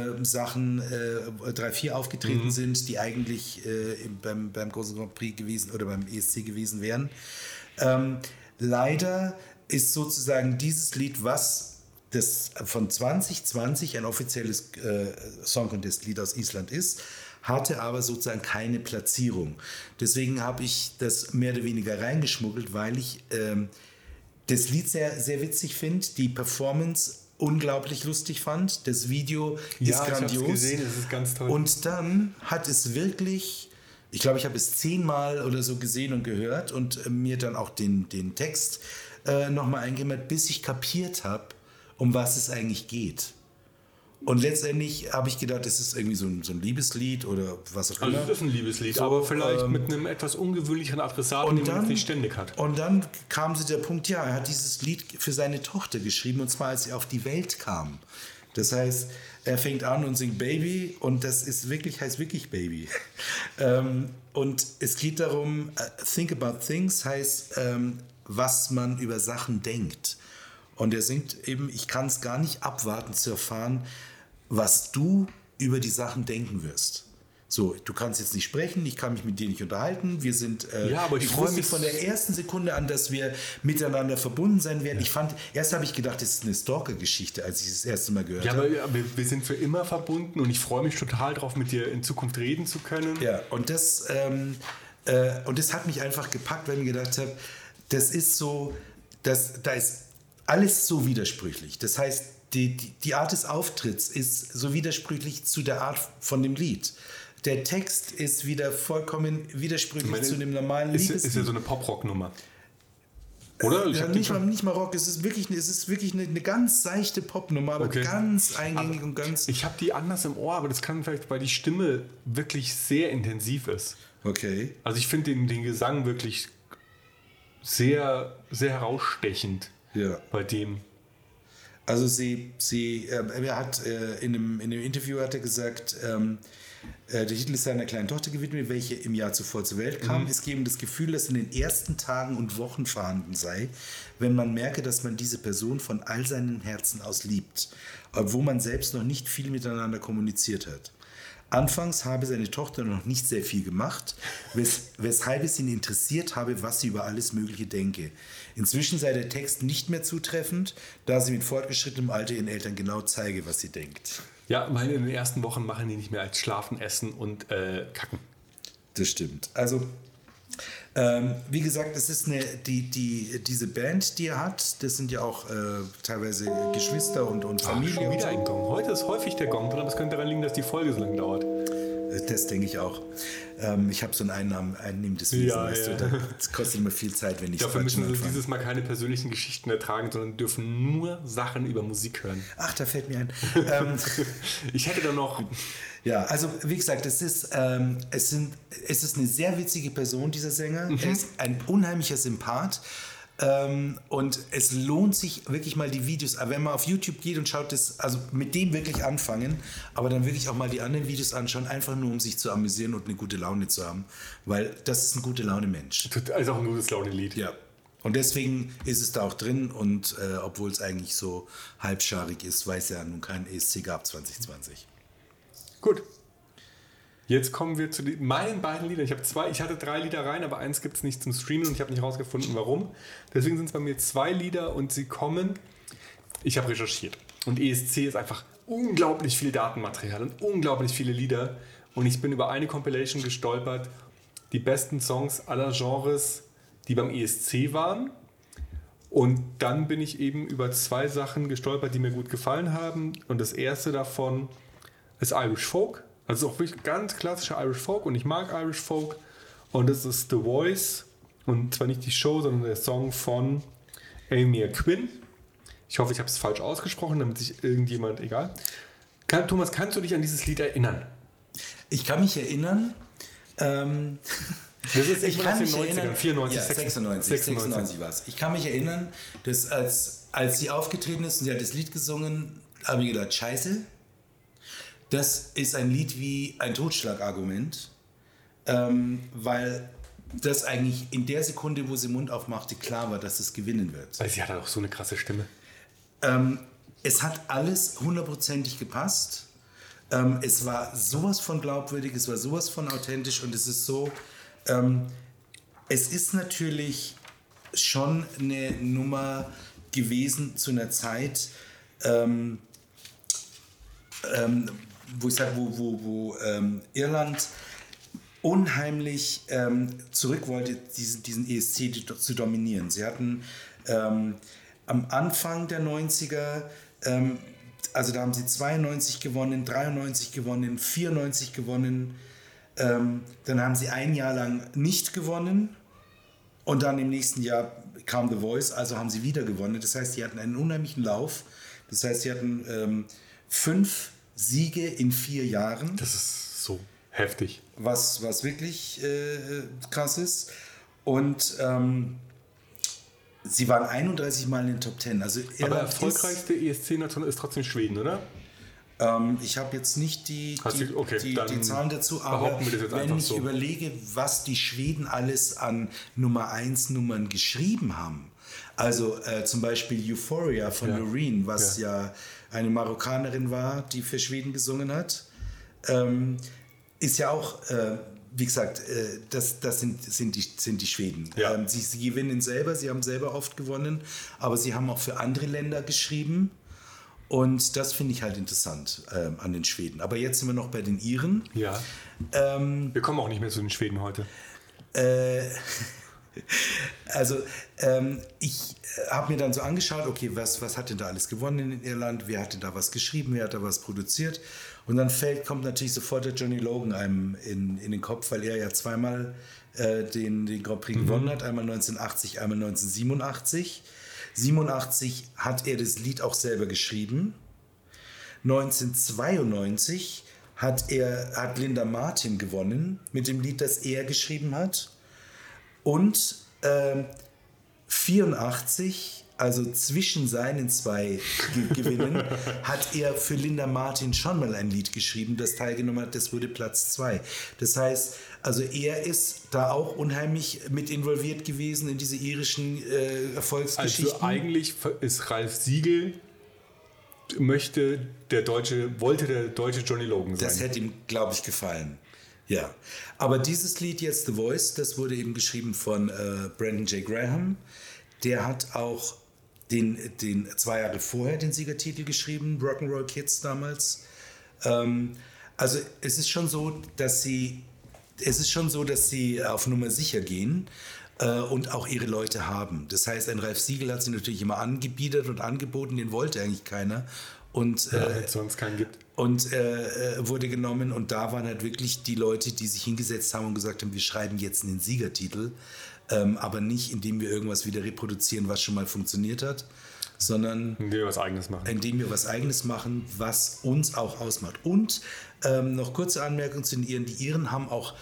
aufgetreten sind, die eigentlich beim großen Grand Prix gewesen oder beim ESC gewesen wären. Leider ist sozusagen dieses Lied, was das von 2020 ein offizielles Song Contest Lied aus Island ist, hatte aber sozusagen keine Platzierung. Deswegen habe ich das mehr oder weniger reingeschmuggelt, weil ich das Lied sehr, sehr witzig finde, die Performance unglaublich lustig fand. Das Video ist grandios. Ich habe es gesehen, es ist ganz toll. Und dann hat es wirklich, ich glaube, ich habe es 10-mal oder so gesehen und gehört und mir dann auch den Text nochmal eingehend, bis ich kapiert habe, um was es eigentlich geht. Und letztendlich habe ich gedacht, das ist irgendwie so ein Liebeslied oder was auch immer. Also es ist ein Liebeslied, so, aber vielleicht mit einem etwas ungewöhnlicheren Adressaten, den man jetzt nicht ständig hat. Und dann kam so der Punkt, ja, er hat dieses Lied für seine Tochter geschrieben, und zwar als sie auf die Welt kam. Das heißt, er fängt an und singt Baby, und das ist wirklich, heißt wirklich Baby. Und es geht darum, think about things heißt, was man über Sachen denkt. Und er singt eben, ich kann es gar nicht abwarten zu erfahren, was du über die Sachen denken wirst. So, du kannst jetzt nicht sprechen, ich kann mich mit dir nicht unterhalten. Wir sind, aber ich freue mich von der ersten Sekunde an, dass wir miteinander verbunden sein werden. Ja. Erst habe ich gedacht, das ist eine Stalker-Geschichte, als ich das erste Mal gehört habe. Ja, aber wir sind für immer verbunden, und ich freue mich total darauf, mit dir in Zukunft reden zu können. Ja, und das hat mich einfach gepackt, weil ich mir gedacht habe, das ist so, da ist alles so widersprüchlich. Das heißt, die Art des Auftritts ist so widersprüchlich zu der Art von dem Lied. Der Text ist wieder vollkommen widersprüchlich zu dem normalen Lied. Ist ja so eine Pop-Rock-Nummer. Oder? Nicht mal Rock, es ist wirklich eine ganz seichte Popnummer, aber ganz eingängig und ganz... Ich habe die anders im Ohr, aber das kann vielleicht, weil die Stimme wirklich sehr intensiv ist. Okay. Also ich finde den Gesang wirklich sehr, sehr herausstechend bei dem. Also er hat in einem Interview hat er gesagt, der Titel ist seiner kleinen Tochter gewidmet, welche im Jahr zuvor zur Welt kam. Es gebe ihm das Gefühl, dass in den ersten Tagen und Wochen vorhanden sei, wenn man merke, dass man diese Person von all seinem Herzen aus liebt, obwohl man selbst noch nicht viel miteinander kommuniziert hat. Anfangs habe seine Tochter noch nicht sehr viel gemacht, weshalb es ihn interessiert habe, was sie über alles Mögliche denke. Inzwischen sei der Text nicht mehr zutreffend, da sie mit fortgeschrittenem Alter ihren Eltern genau zeige, was sie denkt. Ja, weil in den ersten Wochen machen die nicht mehr als schlafen, essen und kacken. Das stimmt. Also, wie gesagt, es ist diese Band, die er hat, das sind ja auch teilweise Geschwister und Familie. Schon wieder ein Gong. Heute ist häufig der Gong drin, aber es könnte daran liegen, dass die Folge so lange dauert. Das denke ich auch. Ich habe so ein einnehmendes Wesen, weißt du, das kostet immer viel Zeit, wenn ich dafür müssen Sie dieses Mal keine persönlichen Geschichten ertragen, sondern dürfen nur Sachen über Musik hören. Ach, da fällt mir ein. Ich hätte da noch... Ja, also wie gesagt, es ist eine sehr witzige Person, dieser Sänger. Er ist ein unheimlicher Sympath. Und es lohnt sich wirklich mal die Videos, wenn man auf YouTube geht und schaut, also mit dem wirklich anfangen, aber dann wirklich auch mal die anderen Videos anschauen, einfach nur um sich zu amüsieren und eine gute Laune zu haben, weil das ist ein gute Laune Mensch. Also auch ein gutes Laune-Lied. Ja. Und deswegen ist es da auch drin, und obwohl es eigentlich so halbscharig ist, weil es ja nun kein ESC gab 2020. Gut. Jetzt kommen wir zu meinen beiden Liedern. Ich hatte 3 Lieder rein, aber eins gibt es nicht zum Streamen, und ich habe nicht rausgefunden, warum. Deswegen sind es bei mir 2 Lieder, und sie kommen... Ich habe recherchiert. Und ESC ist einfach unglaublich viel Datenmaterial und unglaublich viele Lieder. Und ich bin über eine Compilation gestolpert, die besten Songs aller Genres, die beim ESC waren. Und dann bin ich eben über 2 Sachen gestolpert, die mir gut gefallen haben. Und das erste davon ist Irish Folk. Also auch wirklich ganz klassischer Irish Folk, und ich mag Irish Folk, und das ist The Voice, und zwar nicht die Show, sondern der Song von Aimee Quinn. Ich hoffe, ich habe es falsch ausgesprochen, damit sich irgendjemand, egal. Thomas, kannst du dich an dieses Lied erinnern? Ich kann mich erinnern. Das ist ich kann mich erinnern, 94, ja, 96 war es. Ich kann mich erinnern, dass als sie aufgetreten ist und sie hat das Lied gesungen, habe ich gedacht, scheiße. Das ist ein Lied wie ein Totschlagargument, weil das eigentlich in der Sekunde, wo sie den Mund aufmachte, klar war, dass es gewinnen wird. Weil sie hat auch so eine krasse Stimme. Es hat alles hundertprozentig gepasst. Es war sowas von glaubwürdig, es war sowas von authentisch, und es ist so, es ist natürlich schon eine Nummer gewesen zu einer Zeit, wo Irland unheimlich zurück wollte, diesen ESC zu dominieren. Sie hatten am Anfang der 90er, also da haben sie 92 gewonnen, 93 gewonnen, 94 gewonnen, dann haben sie ein Jahr lang nicht gewonnen, und dann im nächsten Jahr kam The Voice, also haben sie wieder gewonnen. Das heißt, sie hatten einen unheimlichen Lauf. Das heißt, sie hatten 5 Siege in 4 Jahren. Das ist so heftig. Was wirklich krass ist. Und sie waren 31 Mal in den Top 10. Also aber erfolgreichste ESC-Nation ist trotzdem Schweden, oder? Ich habe jetzt nicht die Zahlen dazu, aber wenn ich überlege, was die Schweden alles an Nummer 1 Nummern geschrieben haben, also zum Beispiel Euphoria von Loreen, was ja eine Marokkanerin war, die für Schweden gesungen hat, ist ja auch, wie gesagt, das sind die Schweden. Ja. Sie gewinnen selber, sie haben selber oft gewonnen, aber sie haben auch für andere Länder geschrieben. Und das finde ich halt interessant an den Schweden. Aber jetzt sind wir noch bei den Iren. Ja. Wir kommen auch nicht mehr zu den Schweden heute. Ich habe mir dann so angeschaut, okay, was hat denn da alles gewonnen in Irland? Wer hat denn da was geschrieben? Wer hat da was produziert? Und dann kommt natürlich sofort der Johnny Logan einem in den Kopf, weil er ja zweimal den Grand Prix gewonnen hat. Einmal 1980, einmal 1987. 87 hat er das Lied auch selber geschrieben. 1992 hat Linda Martin gewonnen mit dem Lied, das er geschrieben hat. Und 84, also zwischen seinen 2 Gewinnen, hat er für Linda Martin schon mal ein Lied geschrieben, das teilgenommen hat. Das wurde Platz 2. Das heißt, also er ist da auch unheimlich mit involviert gewesen in diese irischen Erfolgsgeschichten. Also eigentlich ist Ralf Siegel wollte der deutsche Johnny Logan sein. Das hätte ihm, glaube ich, gefallen. Ja, aber dieses Lied jetzt, The Voice, das wurde eben geschrieben von Brandon J. Graham. Der hat auch den 2 Jahre vorher den Siegertitel geschrieben, Rock'n'Roll Kids damals. Also es ist schon so, dass sie auf Nummer sicher gehen und auch ihre Leute haben. Das heißt, ein Ralf Siegel hat sie natürlich immer angebiedert und angeboten, den wollte eigentlich keiner. Und wenn es sonst keinen gibt. Und wurde genommen und da waren halt wirklich die Leute, die sich hingesetzt haben und gesagt haben, wir schreiben jetzt einen Siegertitel, aber nicht, indem wir irgendwas wieder reproduzieren, was schon mal funktioniert hat, sondern indem wir was Eigenes machen, was uns auch ausmacht. Und noch kurze Anmerkung zu den Iren. Die Iren haben auch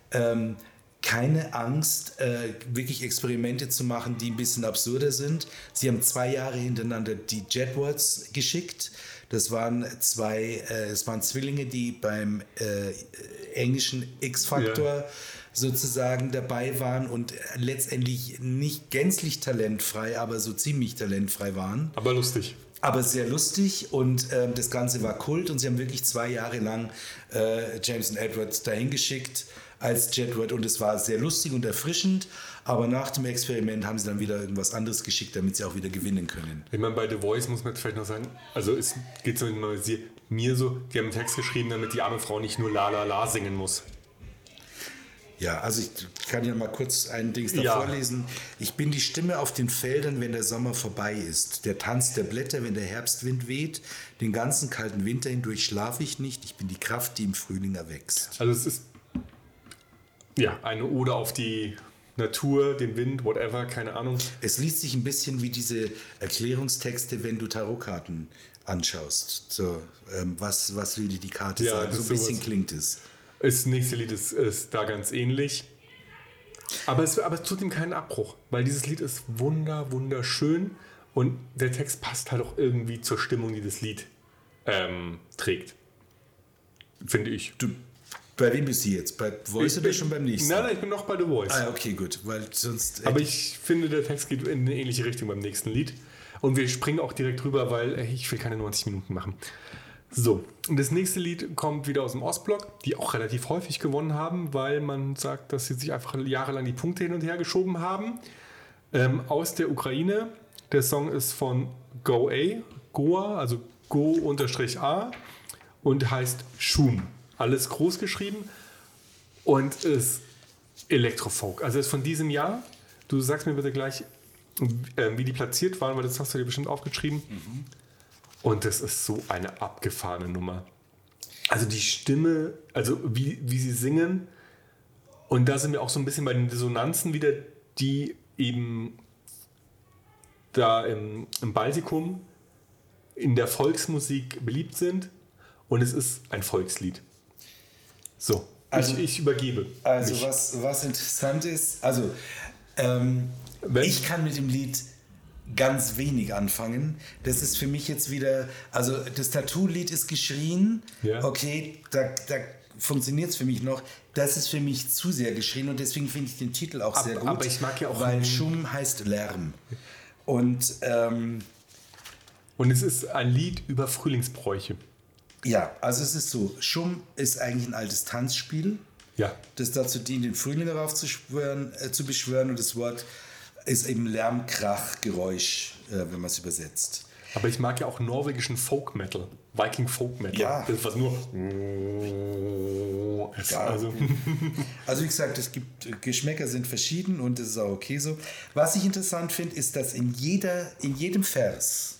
keine Angst, wirklich Experimente zu machen, die ein bisschen absurder sind. Sie haben 2 Jahre hintereinander die Jedwards geschickt. Das waren Zwillinge, die beim englischen X-Factor sozusagen dabei waren und letztendlich nicht gänzlich talentfrei, aber so ziemlich talentfrei waren. Aber lustig. Aber sehr lustig und das Ganze war Kult und sie haben wirklich 2 Jahre lang James und Edward dahin geschickt als Jedward und es war sehr lustig und erfrischend, aber nach dem Experiment haben sie dann wieder irgendwas anderes geschickt, damit sie auch wieder gewinnen können. Ich meine, bei The Voice muss man jetzt vielleicht noch sagen, also es geht so mir so, die haben einen Text geschrieben, damit die arme Frau nicht nur La La La singen muss. Ja, also ich kann ja mal kurz ein Dings da vorlesen. Ich bin die Stimme auf den Feldern, wenn der Sommer vorbei ist. Der Tanz der Blätter, wenn der Herbstwind weht. Den ganzen kalten Winter hindurch schlafe ich nicht. Ich bin die Kraft, die im Frühling erwächst. Also es ist eine Ode auf die Natur, den Wind, whatever, keine Ahnung. Es liest sich ein bisschen wie diese Erklärungstexte, wenn du Tarotkarten anschaust. So, was will dir die Karte sagen? So ein bisschen klingt es. Das nächste Lied ist da ganz ähnlich. Aber es tut ihm keinen Abbruch, weil dieses Lied ist wunderschön und der Text passt halt auch irgendwie zur Stimmung, die das Lied trägt. Finde ich. Bei wem bist du jetzt? Bei Voice oder schon beim nächsten? Nein, ich bin noch bei The Voice. Ah, okay, gut. Weil sonst aber ich finde, der Text geht in eine ähnliche Richtung beim nächsten Lied. Und wir springen auch direkt rüber, weil ich will keine 90 Minuten machen. So, und das nächste Lied kommt wieder aus dem Ostblock, die auch relativ häufig gewonnen haben, weil man sagt, dass sie sich einfach jahrelang die Punkte hin und her geschoben haben. Aus der Ukraine. Der Song ist von Goa, also Go-A und heißt Schum. Alles groß geschrieben und ist Elektrofolk. Also ist von diesem Jahr. Du sagst mir bitte gleich, wie die platziert waren, weil das hast du dir bestimmt aufgeschrieben. Mhm. Und das ist so eine abgefahrene Nummer. Also die Stimme, also wie sie singen. Und da sind wir auch so ein bisschen bei den Dissonanzen wieder, die eben da im Baltikum in der Volksmusik beliebt sind und es ist ein Volkslied. So, also, ich übergebe. Also was interessant ist, also ich kann mit dem Lied ganz wenig anfangen. Das ist für mich jetzt wieder, also das Tattoo-Lied ist geschrien, okay, da funktioniert es für mich noch. Das ist für mich zu sehr geschrien und deswegen finde ich den Titel auch sehr gut. Aber ich mag ja auch... Weil Schum heißt Lärm. Und es ist ein Lied über Frühlingsbräuche. Ja, also es ist so, Schum ist eigentlich ein altes Tanzspiel, das dazu dient, den Frühling darauf zu beschwören und das Wort ist eben Lärm, Krach, Geräusch, wenn man es übersetzt. Aber ich mag ja auch norwegischen Folk Metal, Viking Folk Metal. Ja. Das ist was nur... Ja. Also wie gesagt, es gibt Geschmäcker sind verschieden und das ist auch okay so. Was ich interessant finde, ist, dass in jedem Vers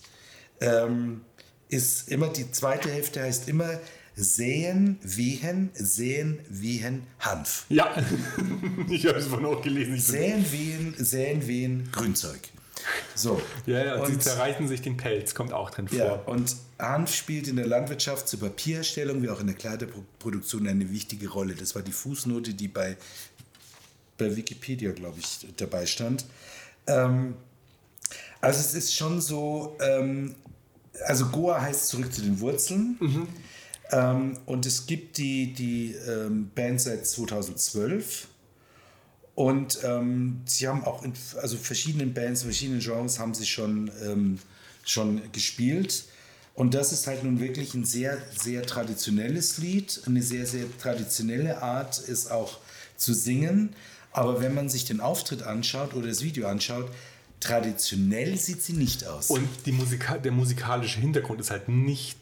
ist immer die zweite Hälfte heißt immer säen, wehen, Hanf. Ja, ich habe es vorhin auch gelesen. Säen, wehen, Grünzeug. So. Ja, und sie zerreißen sich den Pelz, kommt auch drin vor. Ja, und Hanf spielt in der Landwirtschaft zur Papierherstellung wie auch in der Kleiderproduktion eine wichtige Rolle. Das war die Fußnote, die bei Wikipedia, glaube ich, dabei stand. Also es ist schon so, also Goa heißt zurück zu den Wurzeln. Und es gibt die Band seit 2012. Und sie haben auch in verschiedenen Bands, verschiedenen Genres haben sie schon gespielt. Und das ist halt nun wirklich ein sehr, sehr traditionelles Lied. Eine sehr, sehr traditionelle Art ist auch zu singen. Aber wenn man sich den Auftritt anschaut oder das Video anschaut, traditionell sieht sie nicht aus. Und der musikalische Hintergrund ist halt nicht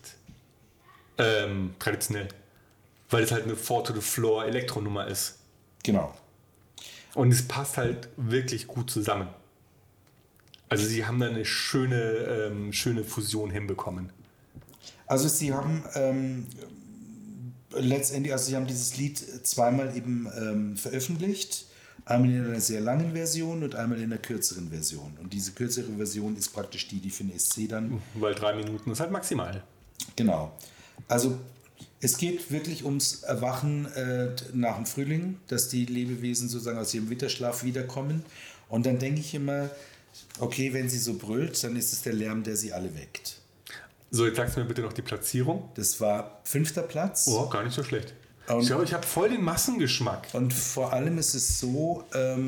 traditionell. Weil es halt eine Four-to-the-Floor-Elektronummer ist. Genau. Und es passt halt wirklich gut zusammen. Also sie haben da eine schöne Fusion hinbekommen. Also sie haben letztendlich, sie haben dieses Lied zweimal eben veröffentlicht. Einmal in einer sehr langen Version und einmal in einer kürzeren Version. Und diese kürzere Version ist praktisch die für den ESC dann... Weil 3 Minuten ist halt maximal. Genau. Also es geht wirklich ums Erwachen nach dem Frühling, dass die Lebewesen sozusagen aus ihrem Winterschlaf wiederkommen. Und dann denke ich immer, okay, wenn sie so brüllt, dann ist es der Lärm, der sie alle weckt. So, jetzt sagst du mir bitte noch die Platzierung. Das war 5. Platz. Oh, gar nicht so schlecht. Ich glaube, ich habe voll den Massengeschmack. Und vor allem ist es so,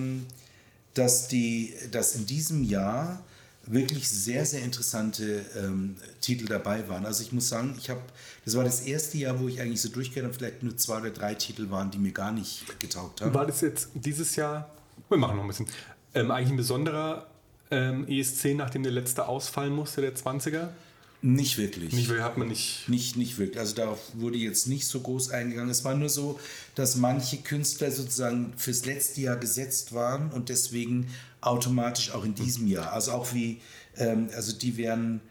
dass in diesem Jahr wirklich sehr, sehr interessante Titel dabei waren. Also ich muss sagen, das war das erste Jahr, wo ich eigentlich so durchgehend habe, vielleicht nur 2 oder 3 Titel waren, die mir gar nicht getaugt haben. War das jetzt dieses Jahr, wir machen noch ein bisschen, eigentlich ein besonderer ESC, nachdem der letzte ausfallen musste, der 20er? Nicht wirklich. Hat man nicht. Nicht wirklich. Also da wurde jetzt nicht so groß eingegangen. Es war nur so, dass manche Künstler sozusagen fürs letzte Jahr gesetzt waren und deswegen automatisch auch in diesem Jahr. Also auch wie, die wären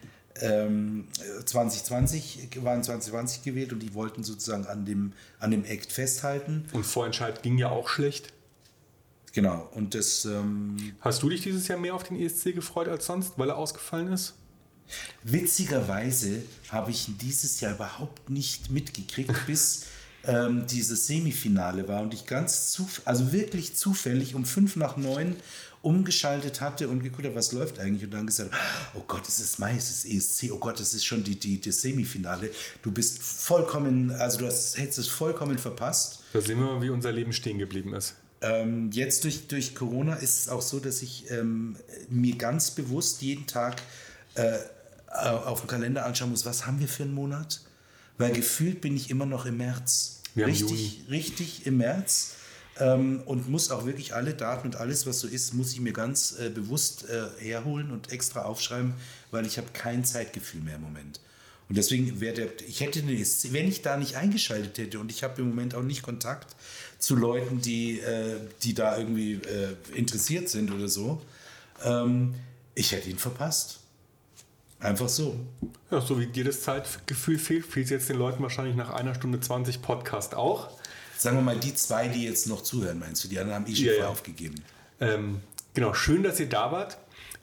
2020 gewählt und die wollten sozusagen an dem Act festhalten. Und Vorentscheid ging ja auch schlecht. Genau. Und das. Hast du dich dieses Jahr mehr auf den ESC gefreut als sonst, weil er ausgefallen ist? Witzigerweise habe ich dieses Jahr überhaupt nicht mitgekriegt, bis dieses Semifinale war und ich wirklich zufällig um 8:55 umgeschaltet hatte und geguckt habe, was läuft eigentlich und dann gesagt, oh Gott, es ist Mai, es ist ESC, oh Gott, es ist schon das Semifinale. Du bist vollkommen, hättest es vollkommen verpasst. Da sehen wir mal, wie unser Leben stehen geblieben ist. Jetzt durch Corona ist es auch so, dass ich mir ganz bewusst jeden Tag auf dem Kalender anschauen muss, was haben wir für einen Monat? Weil gefühlt bin ich immer noch im März. Richtig im März. Und muss auch wirklich alle Daten und alles, was so ist, muss ich mir ganz bewusst herholen und extra aufschreiben, weil ich habe kein Zeitgefühl mehr im Moment. Und deswegen wenn ich da nicht eingeschaltet hätte und ich habe im Moment auch nicht Kontakt zu Leuten, die da irgendwie interessiert sind oder so, ich hätte ihn verpasst. Einfach so. Ja, so wie dir das Zeitgefühl fehlt es jetzt den Leuten wahrscheinlich nach 1 Stunde 20 Podcast auch. Sagen wir mal, die 2, die jetzt noch zuhören, meinst du? Die anderen haben schon vorher aufgegeben. Genau, schön, dass ihr da wart.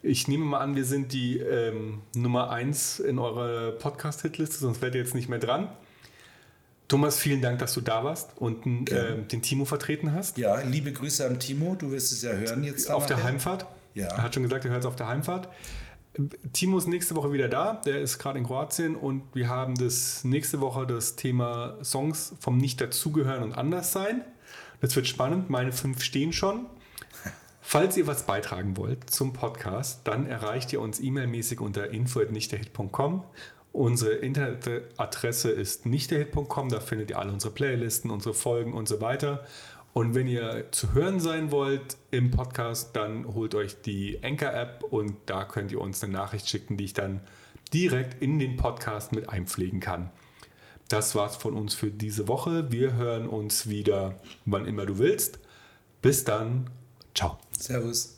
Ich nehme mal an, wir sind die Nummer 1 in eurer Podcast-Hitliste, sonst werdet ihr jetzt nicht mehr dran. Thomas, vielen Dank, dass du da warst und den Timo vertreten hast. Ja, liebe Grüße an Timo, du wirst es ja hören jetzt. Auf der Heimfahrt. Ja. Er hat schon gesagt, er hört es auf der Heimfahrt. Timo ist nächste Woche wieder da, der ist gerade in Kroatien und wir haben nächste Woche das Thema Songs vom Nicht-Dazugehören und Anderssein. Das wird spannend, meine 5 stehen schon. Falls ihr was beitragen wollt zum Podcast, dann erreicht ihr uns e-mailmäßig unter info@nichtderhit.com. Unsere Internetadresse ist nichtderhit.com, da findet ihr alle unsere Playlisten, unsere Folgen und so weiter. Und wenn ihr zu hören sein wollt im Podcast, dann holt euch die Anchor-App und da könnt ihr uns eine Nachricht schicken, die ich dann direkt in den Podcast mit einpflegen kann. Das war's von uns für diese Woche. Wir hören uns wieder, wann immer du willst. Bis dann. Ciao. Servus.